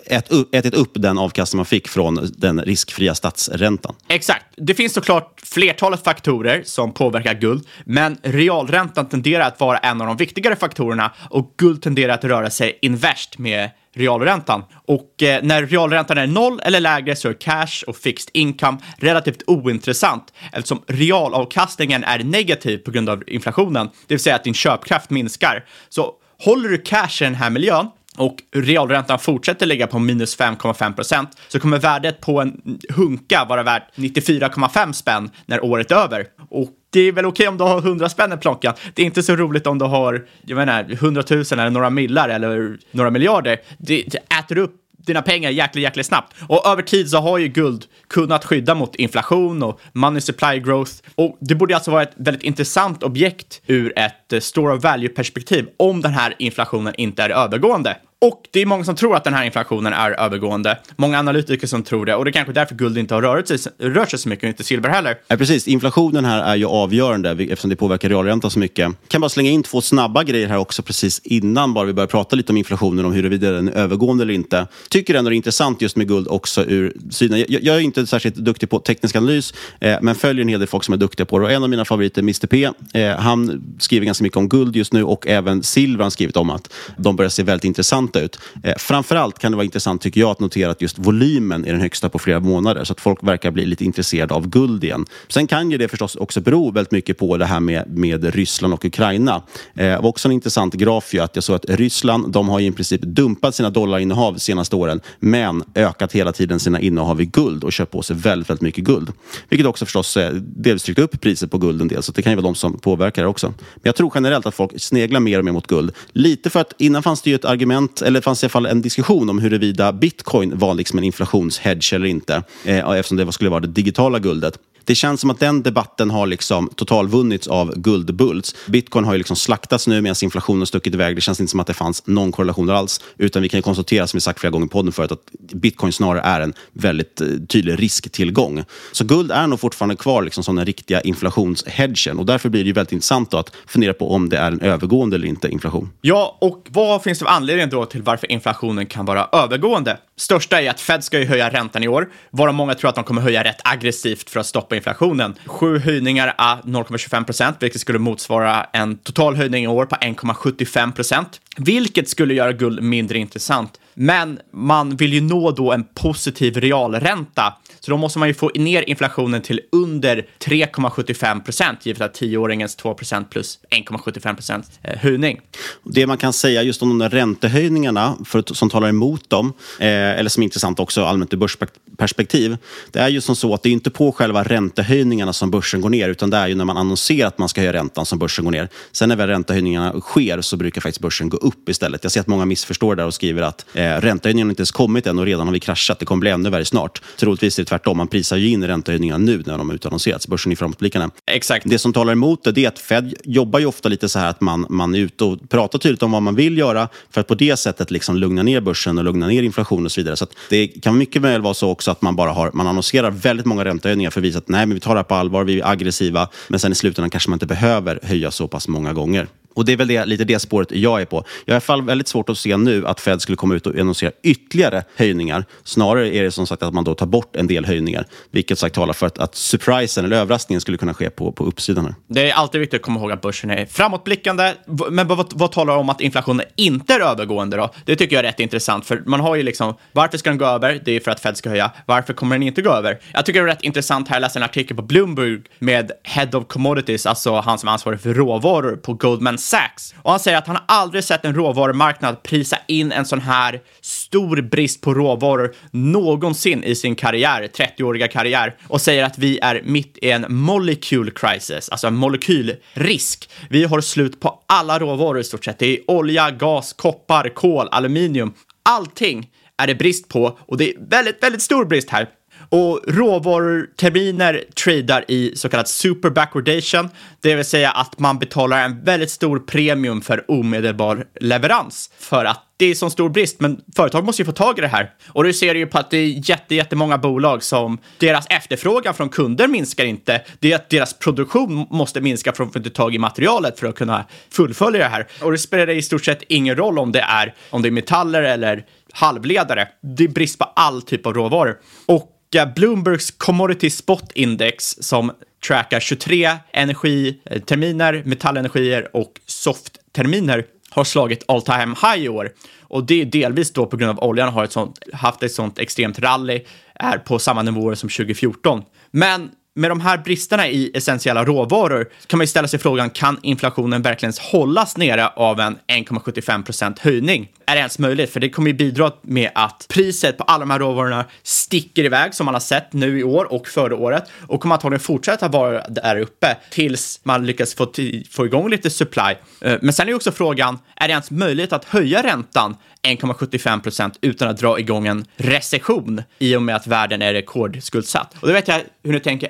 ätit upp den avkastning man fick från den riskfria statsräntan? Exakt. Det finns såklart flertalet faktorer som påverkar guld, men realräntan tenderar att vara en av de viktigare faktorerna och guld tenderar att röra sig inverst med realräntan. Och när realräntan är 0 eller lägre så är cash och fixed income relativt ointressant eftersom realavkastningen är negativ på grund av inflationen. Det vill säga att din köpkraft minskar. Så håller du cash i den här miljön och realräntan fortsätter ligga på minus 5,5% så kommer värdet på en hunka vara värt 94,5 spänn när året är över. Och det är väl okej om du har 100 spänn i plånkan. Det är inte så roligt om du har 100 000 eller några millar eller några miljarder. Det äter upp dina pengar jäkligt snabbt. Och över tid så har ju guld kunnat skydda mot inflation och money supply growth. Och det borde alltså vara ett väldigt intressant objekt ur ett store of value-perspektiv om den här inflationen inte är övergående. Och det är många som tror att den här inflationen är övergående. Många analytiker som tror det. Och det är kanske därför guld inte har rört sig så mycket och inte silver heller. Ja, precis. Inflationen här är ju avgörande eftersom det påverkar realräntan så mycket. Kan bara slänga in 2 snabba grejer här också precis innan bara vi börjar prata lite om inflationen, om huruvida den är övergående eller inte. Tycker ändå det är intressant just med guld också ur synen. Jag är inte särskilt duktig på teknisk analys, men följer en hel del folk som är duktiga på det. Och en av mina favoriter, Mr. P, han skriver ganska mycket om guld just nu och även silver har skrivit om att de börjar se väldigt intressant ut. Framförallt kan det vara intressant tycker jag att notera att just volymen är den högsta på flera månader så att folk verkar bli lite intresserade av guld igen. Sen kan ju det förstås också bero väldigt mycket på det här med Ryssland och Ukraina. Det var också en intressant graf ju att jag såg att Ryssland, de har ju i princip dumpat sina dollarinnehav de senaste åren men ökat hela tiden sina innehav i guld och köpt på sig väldigt, väldigt mycket guld. Vilket också förstås dels tryckt upp priset på guld en del så det kan ju vara de som påverkar det också. Men jag tror generellt att folk sneglar mer och mer mot guld. Lite för att innan fanns det ju ett argument eller fanns i alla fall en diskussion om huruvida bitcoin var liksom en inflationshedge eller inte eftersom det skulle vara det digitala guldet. Det känns som att den debatten har liksom totalvunnits av guldbulls. Bitcoin har ju liksom slaktats nu medan inflationen stuckit iväg. Det känns inte som att det fanns någon korrelation alls, utan vi kan ju konstatera, som vi sagt flera gånger i podden förut, att Bitcoin snarare är en väldigt tydlig risktillgång. Så guld är nog fortfarande kvar liksom som den riktiga inflationshedgen, och därför blir det ju väldigt intressant då att fundera på om det är en övergående eller inte inflation. Ja, och vad finns det för anledning då till varför inflationen kan vara övergående? Största är att Fed ska ju höja räntan i år, varav många tror att de kommer höja rätt aggressivt för att stoppa inflationen. 7 höjningar är 0,25%, vilket skulle motsvara en total höjning i år på 1,75%, vilket skulle göra guld mindre intressant. Men man vill ju nå då en positiv realränta, så då måste man ju få ner inflationen till under 3,75%, givet att 10-åringens 2% plus 1,75% höjning. Det man kan säga just om de där räntehöjningarna som talar emot dem, eller som är intressant också allmänt ur börsperspektiv, det är ju som så att det är inte på själva räntehöjningarna som börsen går ner, utan det är ju när man annonserar att man ska höja räntan som börsen går ner. Sen när väl räntehöjningarna sker så brukar faktiskt börsen gå upp istället. Jag ser att många missförstår där och skriver att räntehöjningen har inte ens kommit än och redan har vi kraschat. Det kommer bli ännu värre snart. Troligtvis är det tvärtom. Man prisar ju in räntehöjningarna nu när de är utannonserats. Börsen är framåtblickande. Exakt. Det som talar emot det är att Fed jobbar ju ofta lite så här att man är ute och pratar tydligt om vad man vill göra för att på det sättet liksom lugna ner börsen och lugna ner inflation och så vidare. Så att det kan mycket väl vara så också att man annonserar väldigt många räntehöjningar för att visa att nej, men vi tar det här på allvar, vi är aggressiva, men sen i slutändan kanske man inte behöver höja så pass många gånger. Och det är väl lite det spåret jag är på. Jag har i alla fall väldigt svårt att se nu att Fed skulle komma ut och annonsera ytterligare höjningar. Snarare är det som sagt att man då tar bort en del höjningar. Vilket sagt talar för att surprisen eller överraskningen skulle kunna ske på uppsidan här. Det är alltid viktigt att komma ihåg att börsen är framåtblickande. Men vad talar om att inflationen inte är övergående då? Det tycker jag är rätt intressant. För man har ju liksom, varför ska den gå över? Det är för att Fed ska höja. Varför kommer den inte gå över? Jag tycker det är rätt intressant här. Jag läste en artikel på Bloomberg med Head of Commodities, alltså han som är ansvarig för råvaror på Goldman Sachs. Och han säger att han aldrig sett en råvarumarknad prisa in en sån här stor brist på råvaror någonsin i sin karriär, 30-åriga karriär. Och säger att vi är mitt i en molecule crisis, alltså en molekylrisk. Vi har slut på alla råvaror i stort sett. Det är olja, gas, koppar, kol, aluminium. Allting är det brist på, och det är väldigt, väldigt stor brist här. Och råvaruterminer tradar i så kallad super backwardation, det vill säga att man betalar en väldigt stor premium för omedelbar leverans för att det är så stor brist, men företag måste ju få tag i det här. Och du ser ju på att det är jättemånga bolag som deras efterfrågan från kunder minskar inte. Det är att deras produktion måste minska för att få tag i materialet för att kunna fullfölja det här. Och det spelar i stort sett ingen roll om det är metaller eller halvledare. Det är brist på all typ av råvaror. Och Bloombergs Commodity Spot Index som trackar 23 energiterminer, metallenergier och softterminer har slagit all time high i år. Och det är delvis då på grund av oljan har haft ett sånt extremt rally, är på samma nivåer som 2014. Men med de här bristerna i essentiella råvaror kan man ju ställa sig frågan, kan inflationen verkligen hållas nere av en 1,75% höjning? Är det ens möjligt? För det kommer ju bidra med att priset på alla de här råvarorna sticker iväg som man har sett nu i år och förra året, och kommer antagligen fortsätta vara där uppe tills man lyckas få igång lite supply. Men sen är ju också frågan, är det ens möjligt att höja räntan 1,75% utan att dra igång en recession i och med att världen är rekordskuldsatt? Och då vet jag hur ni tänker,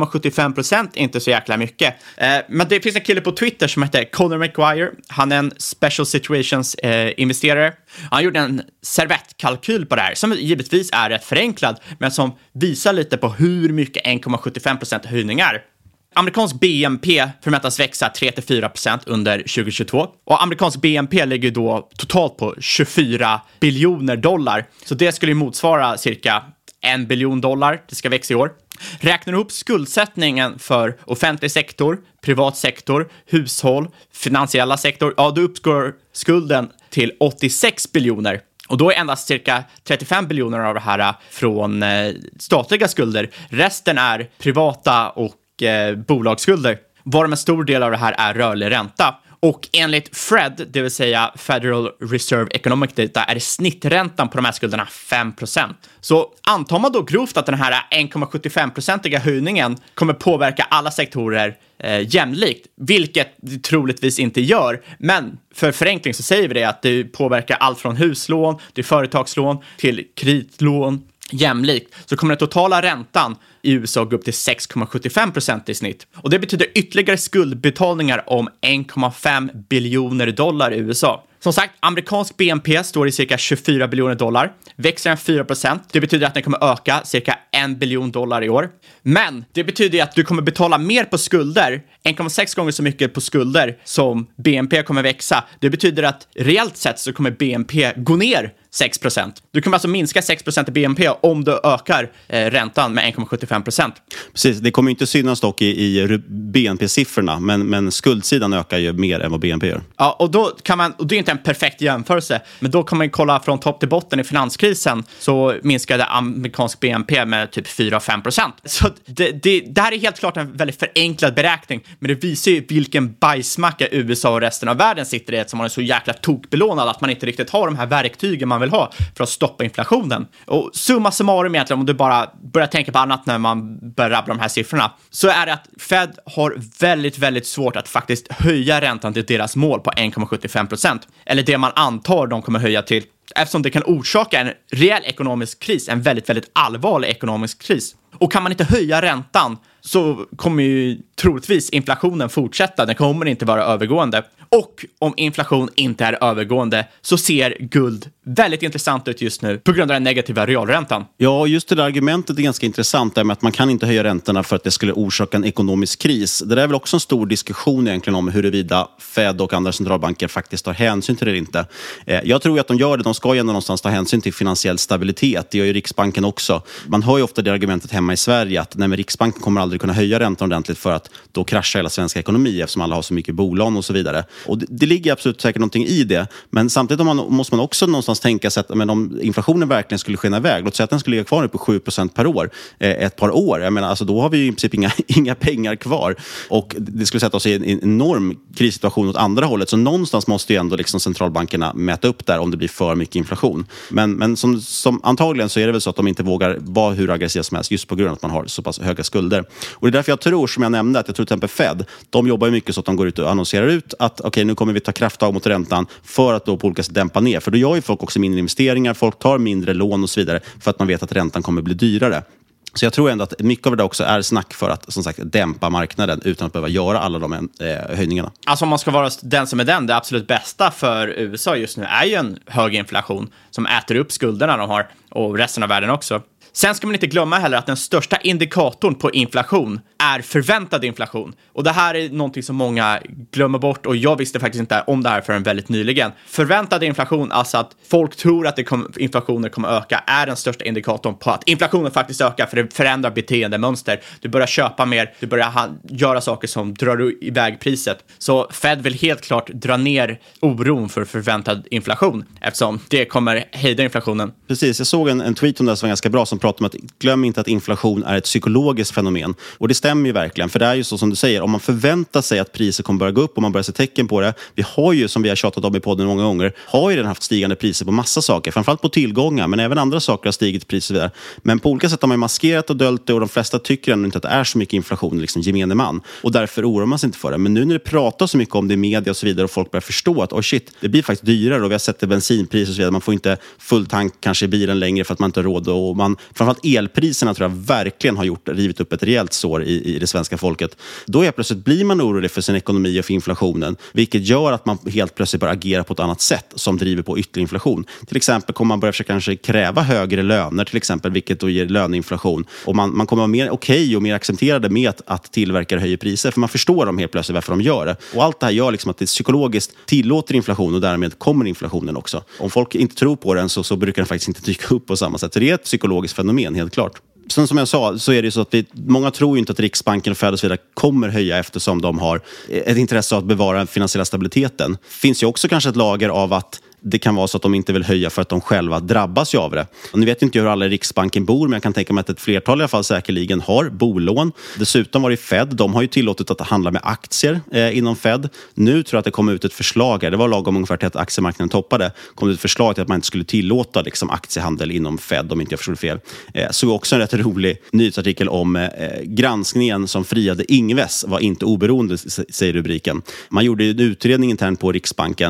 1,75% är inte så jäkla mycket. Men det finns en kille på Twitter som heter Conor McGuire. Han är en special situations investerare. Han gjorde en servettkalkyl på det här som givetvis är rätt förenklad, men som visar lite på hur mycket 1,75% höjningar. Amerikansk BNP förväntas växa 3-4% under 2022. Och amerikansk BNP ligger då totalt på 24 biljoner dollar. Så det skulle motsvara cirka $1 biljon. Det ska växa i år. Räknar du ihop skuldsättningen för offentlig sektor, privat sektor, hushåll, finansiella sektor, ja, då uppgår skulden till 86 biljoner. Och då är endast cirka 35 biljoner av det här från statliga skulder. Resten är privata och bolagsskulder, var en stor del av det här är rörlig ränta. Och enligt Fed, det vill säga Federal Reserve Economic Data, är snitträntan på de här skulderna 5%. Så antar man då grovt att den här 1,75%iga höjningen kommer påverka alla sektorer jämlikt, vilket det troligtvis inte gör. Men för förenkling så säger vi det att det påverkar allt från huslån till företagslån till kreditlån, jämlikt, så kommer den totala räntan i USA gå upp till 6,75% i snitt. Och det betyder ytterligare skuldbetalningar om 1,5 biljoner dollar i USA. Som sagt, amerikansk BNP står i cirka 24 biljoner dollar. Växer den 4%. Det betyder att den kommer öka cirka 1 biljon dollar i år. Men det betyder att du kommer betala mer på skulder, 1,6 gånger så mycket på skulder som BNP kommer växa. Det betyder att reellt sett så kommer BNP gå ner 6%. Du kommer alltså minska 6% i BNP om du ökar räntan med 1,75%. Precis, det kommer inte synas dock i BNP-siffrorna, men skuldsidan ökar ju mer än vad BNP gör. Ja, och då kan man, och det är inte en perfekt jämförelse, men då kan man kolla från topp till botten i finanskrisen, så minskade amerikansk BNP med typ 4-5%. Så det här är helt klart en väldigt förenklad beräkning, men det visar ju vilken bajsmacka USA och resten av världen sitter i, eftersom man är så jäkla tokbelånad att man inte riktigt har de här verktygen man vill ha för att stoppa inflationen. Och summa summarum egentligen, om du bara börjar tänka på annat när man börjar rabbla de här siffrorna, så är det att Fed har väldigt, väldigt svårt att faktiskt höja räntan till deras mål på 1,75%. Eller det man antar de kommer höja till, eftersom det kan orsaka en rejäl ekonomisk kris, en väldigt, väldigt allvarlig ekonomisk kris. Och kan man inte höja räntan så kommer ju troligtvis inflationen fortsätta. Den kommer inte vara övergående. Och om inflation inte är övergående så ser guld väldigt intressant ut just nu på grund av den negativa realräntan. Ja, just det där argumentet är ganska intressant där med att man kan inte höja räntorna för att det skulle orsaka en ekonomisk kris. Det där är väl också en stor diskussion egentligen om huruvida Fed och andra centralbanker faktiskt tar hänsyn till det eller inte. Jag tror att de gör det. De ska ju ändå någonstans ta hänsyn till finansiell stabilitet. Det gör ju Riksbanken också. Man hör ju ofta det argumentet hemma i Sverige att nej, men Riksbanken kommer aldrig kunna höja räntan ordentligt för att då kraschar hela svenska ekonomi eftersom alla har så mycket bolån och så vidare. Och det ligger absolut säkert någonting i det. Men samtidigt måste man också någonstans tänka sig att men om inflationen verkligen skulle skena iväg, låt säga att den skulle ligga kvar på 7% per år ett par år. Jag menar, alltså då har vi ju i princip inga pengar kvar. Och det skulle sätta oss i en enorm krissituation åt andra hållet. Så någonstans måste ju ändå liksom centralbankerna mäta upp där om det blir för mycket inflation. Men som antagligen så är det väl så att de inte vågar vara hur aggressiva som helst just på grund av att man har så pass höga skulder. Och det är därför jag tror, som jag nämnde, att jag tror till exempel Fed, de jobbar ju mycket så att de går ut och annonserar ut att okej, nu kommer vi ta krafttag mot räntan för att då på olika sätt dämpa ner. För då gör ju folk också mindre investeringar, folk tar mindre lån och så vidare för att man vet att räntan kommer bli dyrare. Så jag tror ändå att mycket av det också är snack för att som sagt dämpa marknaden utan att behöva göra alla de höjningarna. Alltså om man ska vara den som är det absolut bästa för USA just nu är ju en hög inflation som äter upp skulderna de har och resten av världen också. Sen ska man inte glömma heller att den största indikatorn på inflation är förväntad inflation. Och det här är någonting som många glömmer bort och jag visste faktiskt inte om det här förrän väldigt nyligen. Förväntad inflation, alltså att folk tror att inflationen kommer öka, är den största indikatorn på att inflationen faktiskt ökar, för det förändrar beteendemönster. Du börjar köpa mer, du börjar göra saker som drar iväg priset. Så Fed vill helt klart dra ner oron för förväntad inflation eftersom det kommer hejda inflationen. Precis, jag såg en tweet om det som var ganska bra som pratar om att glöm inte att inflation är ett psykologiskt fenomen. Och det stämmer ju verkligen, för det är ju så som du säger, om man förväntar sig att priser kommer börja gå upp och man börjar se tecken på det. Vi har ju, som vi har tjatat om i podden många gånger, har ju redan haft stigande priser på massa saker, framförallt på tillgångar, men även andra saker har stigit i priser vidare. Men på olika sätt har man maskerat och döljt det och de flesta tycker ändå inte att det är så mycket inflation, liksom gemene man. Och därför oroar man sig inte för det. Men nu när det pratas så mycket om det i media och så vidare och folk börjar förstå att det blir faktiskt dyrare och vi har sett det bensinpriser och så vidare. Man får inte full tank kanske i bilen längre för att man inte har råd, och framförallt elpriserna tror jag verkligen har rivit upp ett rejält sår i det svenska folket. Då plötsligt blir man orolig för sin ekonomi och för inflationen, vilket gör att man helt plötsligt börjar agera på ett annat sätt som driver på ytterligare inflation. Till exempel kommer man börja försöka kanske kräva högre löner till exempel, vilket då ger löneinflation. Och man kommer vara mer okej och mer accepterade med att tillverkare höjer priser, för man förstår dem helt plötsligt varför de gör det. Och allt det här gör liksom att det psykologiskt tillåter inflation och därmed kommer inflationen också. Om folk inte tror på den så brukar den faktiskt inte dyka upp på samma sätt. Så det är ett psykologiskt fenomen, helt klart. Sen som jag sa så är det så att många tror ju inte att Riksbanken och Fed och så vidare kommer höja eftersom de har ett intresse av att bevara den finansiella stabiliteten. Finns ju också kanske ett lager av att det kan vara så att de inte vill höja för att de själva drabbas ju av det. Och ni vet inte hur alla i Riksbanken bor, men jag kan tänka mig att ett flertal i alla fall säkerligen har bolån. Dessutom var det Fed, de har ju tillåtit att handla med aktier inom Fed. Nu tror jag att det kommer ut ett förslag här, det var lagom ungefär till att aktiemarknaden toppade, kom det ett förslag till att man inte skulle tillåta liksom aktiehandel inom Fed, om inte jag förstod fel. Så också en rätt rolig nyhetsartikel om granskningen som friade Ingves var inte oberoende, säger rubriken. Man gjorde en utredning internt på Riksbanken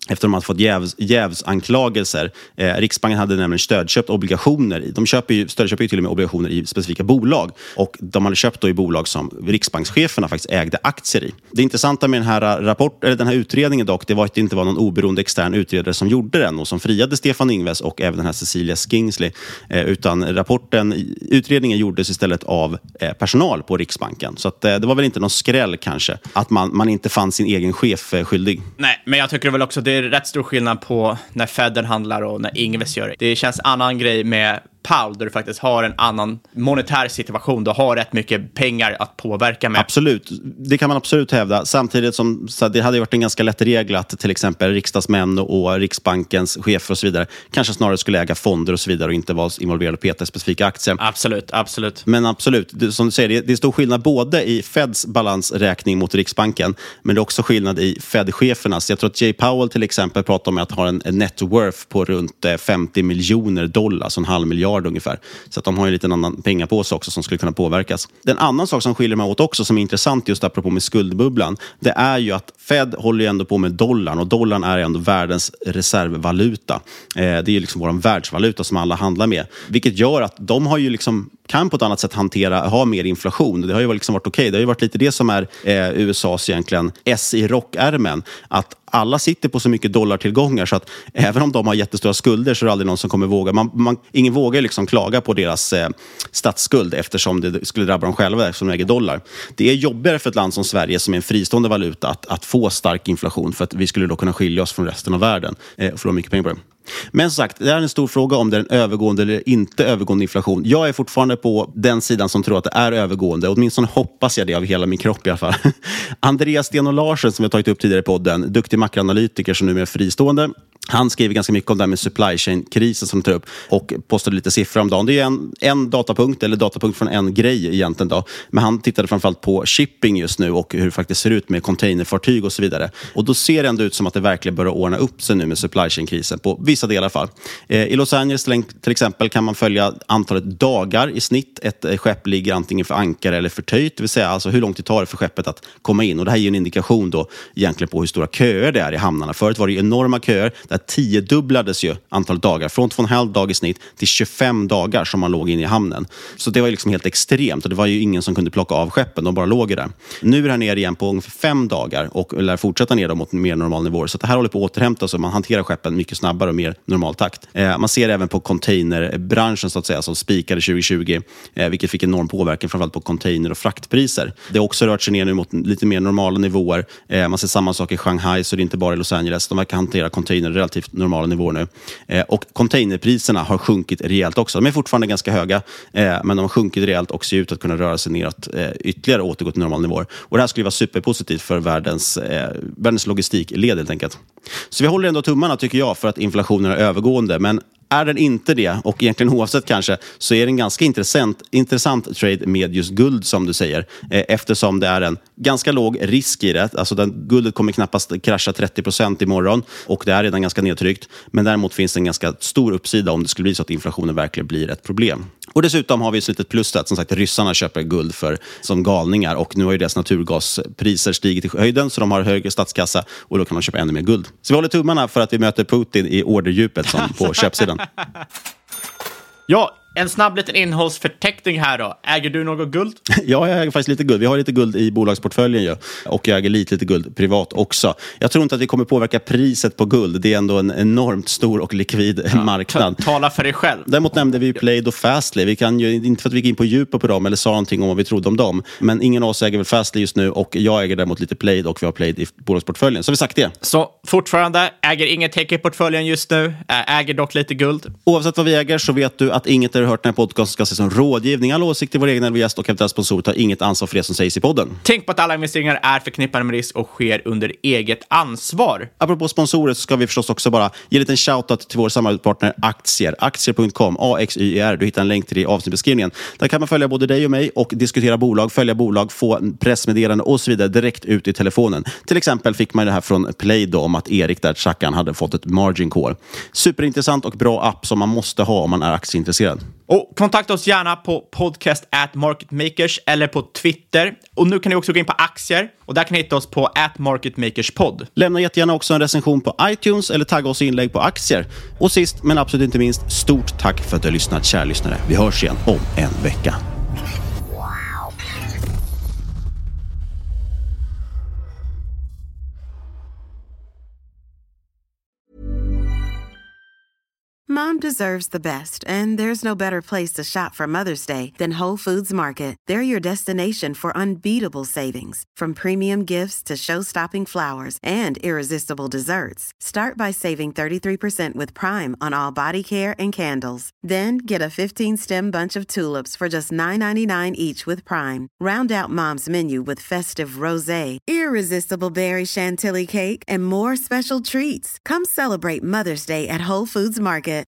efter att de hade fått jävsanklagelser. Riksbanken hade nämligen stödköpt obligationer. De stödköper ju till och med obligationer i specifika bolag. Och de hade köpt då i bolag som riksbankscheferna faktiskt ägde aktier i. Det intressanta med den här utredningen dock, det var att det inte var någon oberoende extern utredare som gjorde den och som friade Stefan Ingves och även den här Cecilia Skingsley. Utan utredningen gjordes istället av personal på Riksbanken. Så att, det var väl inte någon skräll kanske att man inte fann sin egen chef skyldig. Nej, men jag tycker väl också det är rätt stor skillnad på när Feden handlar och när Ingves gör det. Det känns annan grej med Powell där du faktiskt har en annan monetär situation. Du har rätt mycket pengar att påverka med. Absolut, det kan man absolut hävda. Samtidigt som så det hade varit en ganska lätt regel att till exempel riksdagsmän och Riksbankens chefer och så vidare kanske snarare skulle äga fonder och så vidare och inte vara involverade och peta i specifika aktier. Absolut. Men absolut, som du säger, det är stor skillnad både i Feds balansräkning mot Riksbanken, men det är också skillnad i Fed-chefernas. Jag tror att Jay Powell till exempel pratar om att ha en net worth på runt $50 miljoner, så $500 miljoner ungefär. Så att de har ju lite annan pengar på sig också som skulle kunna påverkas. Den annan sak som skiljer mig åt också som är intressant just apropå med skuldbubblan, det är ju att Fed håller ju ändå på med dollarn och dollarn är ändå världens reservvaluta. Det är ju liksom vår världsvaluta som alla handlar med. Vilket gör att de har ju liksom kan på ett annat sätt ha mer inflation. Det har ju liksom varit okej. Det har ju varit lite det som är USAs egentligen S i rockärmen. Att alla sitter på så mycket dollartillgångar så att även om de har jättestora skulder så är det aldrig någon som kommer våga. Ingen vågar liksom klaga på deras statsskuld eftersom det skulle drabba dem själva eftersom de äger dollar. Det är jobbigare för ett land som Sverige som är en fristående valuta att få stark inflation för att vi skulle då kunna skilja oss från resten av världen och förlora mycket pengar på det. Men som sagt, det är en stor fråga om det är en övergående eller inte övergående inflation. Jag är fortfarande på den sidan som tror att det är övergående. Åtminstone hoppas jag det av hela min kropp i alla fall. Andreas Sten Larsen som vi har tagit upp tidigare i podden, duktig makroanalytiker som nu är fristående. Han skriver ganska mycket om det här med supply chain-krisen som tar upp och postade lite siffror om dagen. Det är en datapunkt från en grej egentligen då. Men han tittade framförallt på shipping just nu och hur det faktiskt ser ut med containerfartyg och så vidare. Och då ser det ändå ut som att det verkligen börjar ordna upp sig nu med supply chain-krisen på vissa delar i alla fall. I Los Angeles till exempel kan man följa antalet dagar i snitt ett skepp ligger antingen för ankare eller för töjt. Det vill säga alltså hur långt det tar för skeppet att komma in. Och det här ger en indikation då egentligen på hur stora köer det är i hamnarna. Förut var det enorma köer. Där 10-dubblades ju antalet dagar. Från 2,5 dagar i snitt till 25 dagar som man låg in i hamnen. Så det var ju liksom helt extremt. Och det var ju ingen som kunde plocka av skeppen. De bara låg där. Nu är det här nere igen på ungefär 5 dagar. Och lär fortsätta ner mot mer normal nivåer. Så det här håller på att återhämta sig. Man hanterar skeppen mycket snabbare och mer normal takt. Man ser även på containerbranschen så att säga som spikade 2020. Vilket fick enorm påverkan framförallt på container- och fraktpriser. Det har också rört sig ner nu mot lite mer normala nivåer. Man ser samma sak i Shanghai så det är inte bara i Los Angeles. De verkar hantera container relativt normala nivåer nu. Och containerpriserna har sjunkit rejält också. De är fortfarande ganska höga men de har sjunkit rejält och ser ut att kunna röra sig neråt ytterligare och återgå till normala nivåer. Och det här skulle vara superpositivt för världens logistikled helt enkelt. Så vi håller ändå tummarna tycker jag för att inflationen är övergående, men är den inte det, och egentligen oavsett kanske, så är det en ganska intressant trade med just guld som du säger. Eftersom det är en ganska låg risk i det. Alltså guldet kommer knappast krascha 30% imorgon och det är redan ganska nedtryckt. Men däremot finns det en ganska stor uppsida om det skulle bli så att inflationen verkligen blir ett problem. Och dessutom har vi ett litet plus att som sagt ryssarna köper guld som galningar och nu har ju deras naturgaspriser stigit i höjden så de har högre statskassa och då kan de köpa ännu mer guld. Så vi håller tummarna för att vi möter Putin i orderdjupet som på köpsidan. Ja, en snabb liten innehållsförteckning här då. Äger du något guld? Ja, jag äger faktiskt lite guld. Vi har lite guld i bolagsportföljen ju. Och jag äger lite guld privat också. Jag tror inte att det kommer påverka priset på guld. Det är ändå en enormt stor och likvid marknad. Tala för dig själv. Däremot nämnde vi Plaid och Fastly. Vi kan ju inte för att vi gick in på djupet på dem eller sa någonting om vad vi trodde om dem. Men ingen av oss äger väl Fastly just nu och jag äger däremot lite Plaid och vi har Plaid i bolagsportföljen. Så vi sagt det. Så fortfarande äger inget tech i portföljen just nu. Äger dock lite guld. Oavsett vad vi äger så vet du att inget du har hört den här podcasten ska ses som rådgivning. All åsikt till vår egna gäst och eventuella sponsorer tar inget ansvar för det som sägs i podden. Tänk på att alla investeringar är förknippade med risk och sker under eget ansvar. Apropå sponsorer så ska vi förstås också bara ge en liten shoutout till vår samarbetspartner Aktier. Aktier.com, AXYR. Du hittar en länk till det i avsnittbeskrivningen. Där kan man följa både dig och mig och diskutera bolag, följa bolag, få pressmeddelande och så vidare direkt ut i telefonen. Till exempel fick man det här från Play då om att Erik där, Tjackan, hade fått ett margin call. Superintressant och bra app som man måste ha om man är aktieintresserad. Och kontakta oss gärna på podcast@marketmakers eller på Twitter. Och nu kan ni också gå in på aktier och där kan ni hitta oss på @marketmakerspod. Lämna jättegärna också en recension på iTunes eller tagga oss i inlägg på aktier. Och sist men absolut inte minst, stort tack för att du har lyssnat, kära lyssnare. Vi hörs igen om en vecka. Mom deserves the best, and there's no better place to shop for Mother's Day than Whole Foods Market. They're your destination for unbeatable savings, from premium gifts to show-stopping flowers and irresistible desserts. Start by saving 33% with Prime on all body care and candles. Then get a 15-stem bunch of tulips for just $9.99 each with Prime. Round out Mom's menu with festive rosé, irresistible berry chantilly cake, and more special treats. Come celebrate Mother's Day at Whole Foods Market.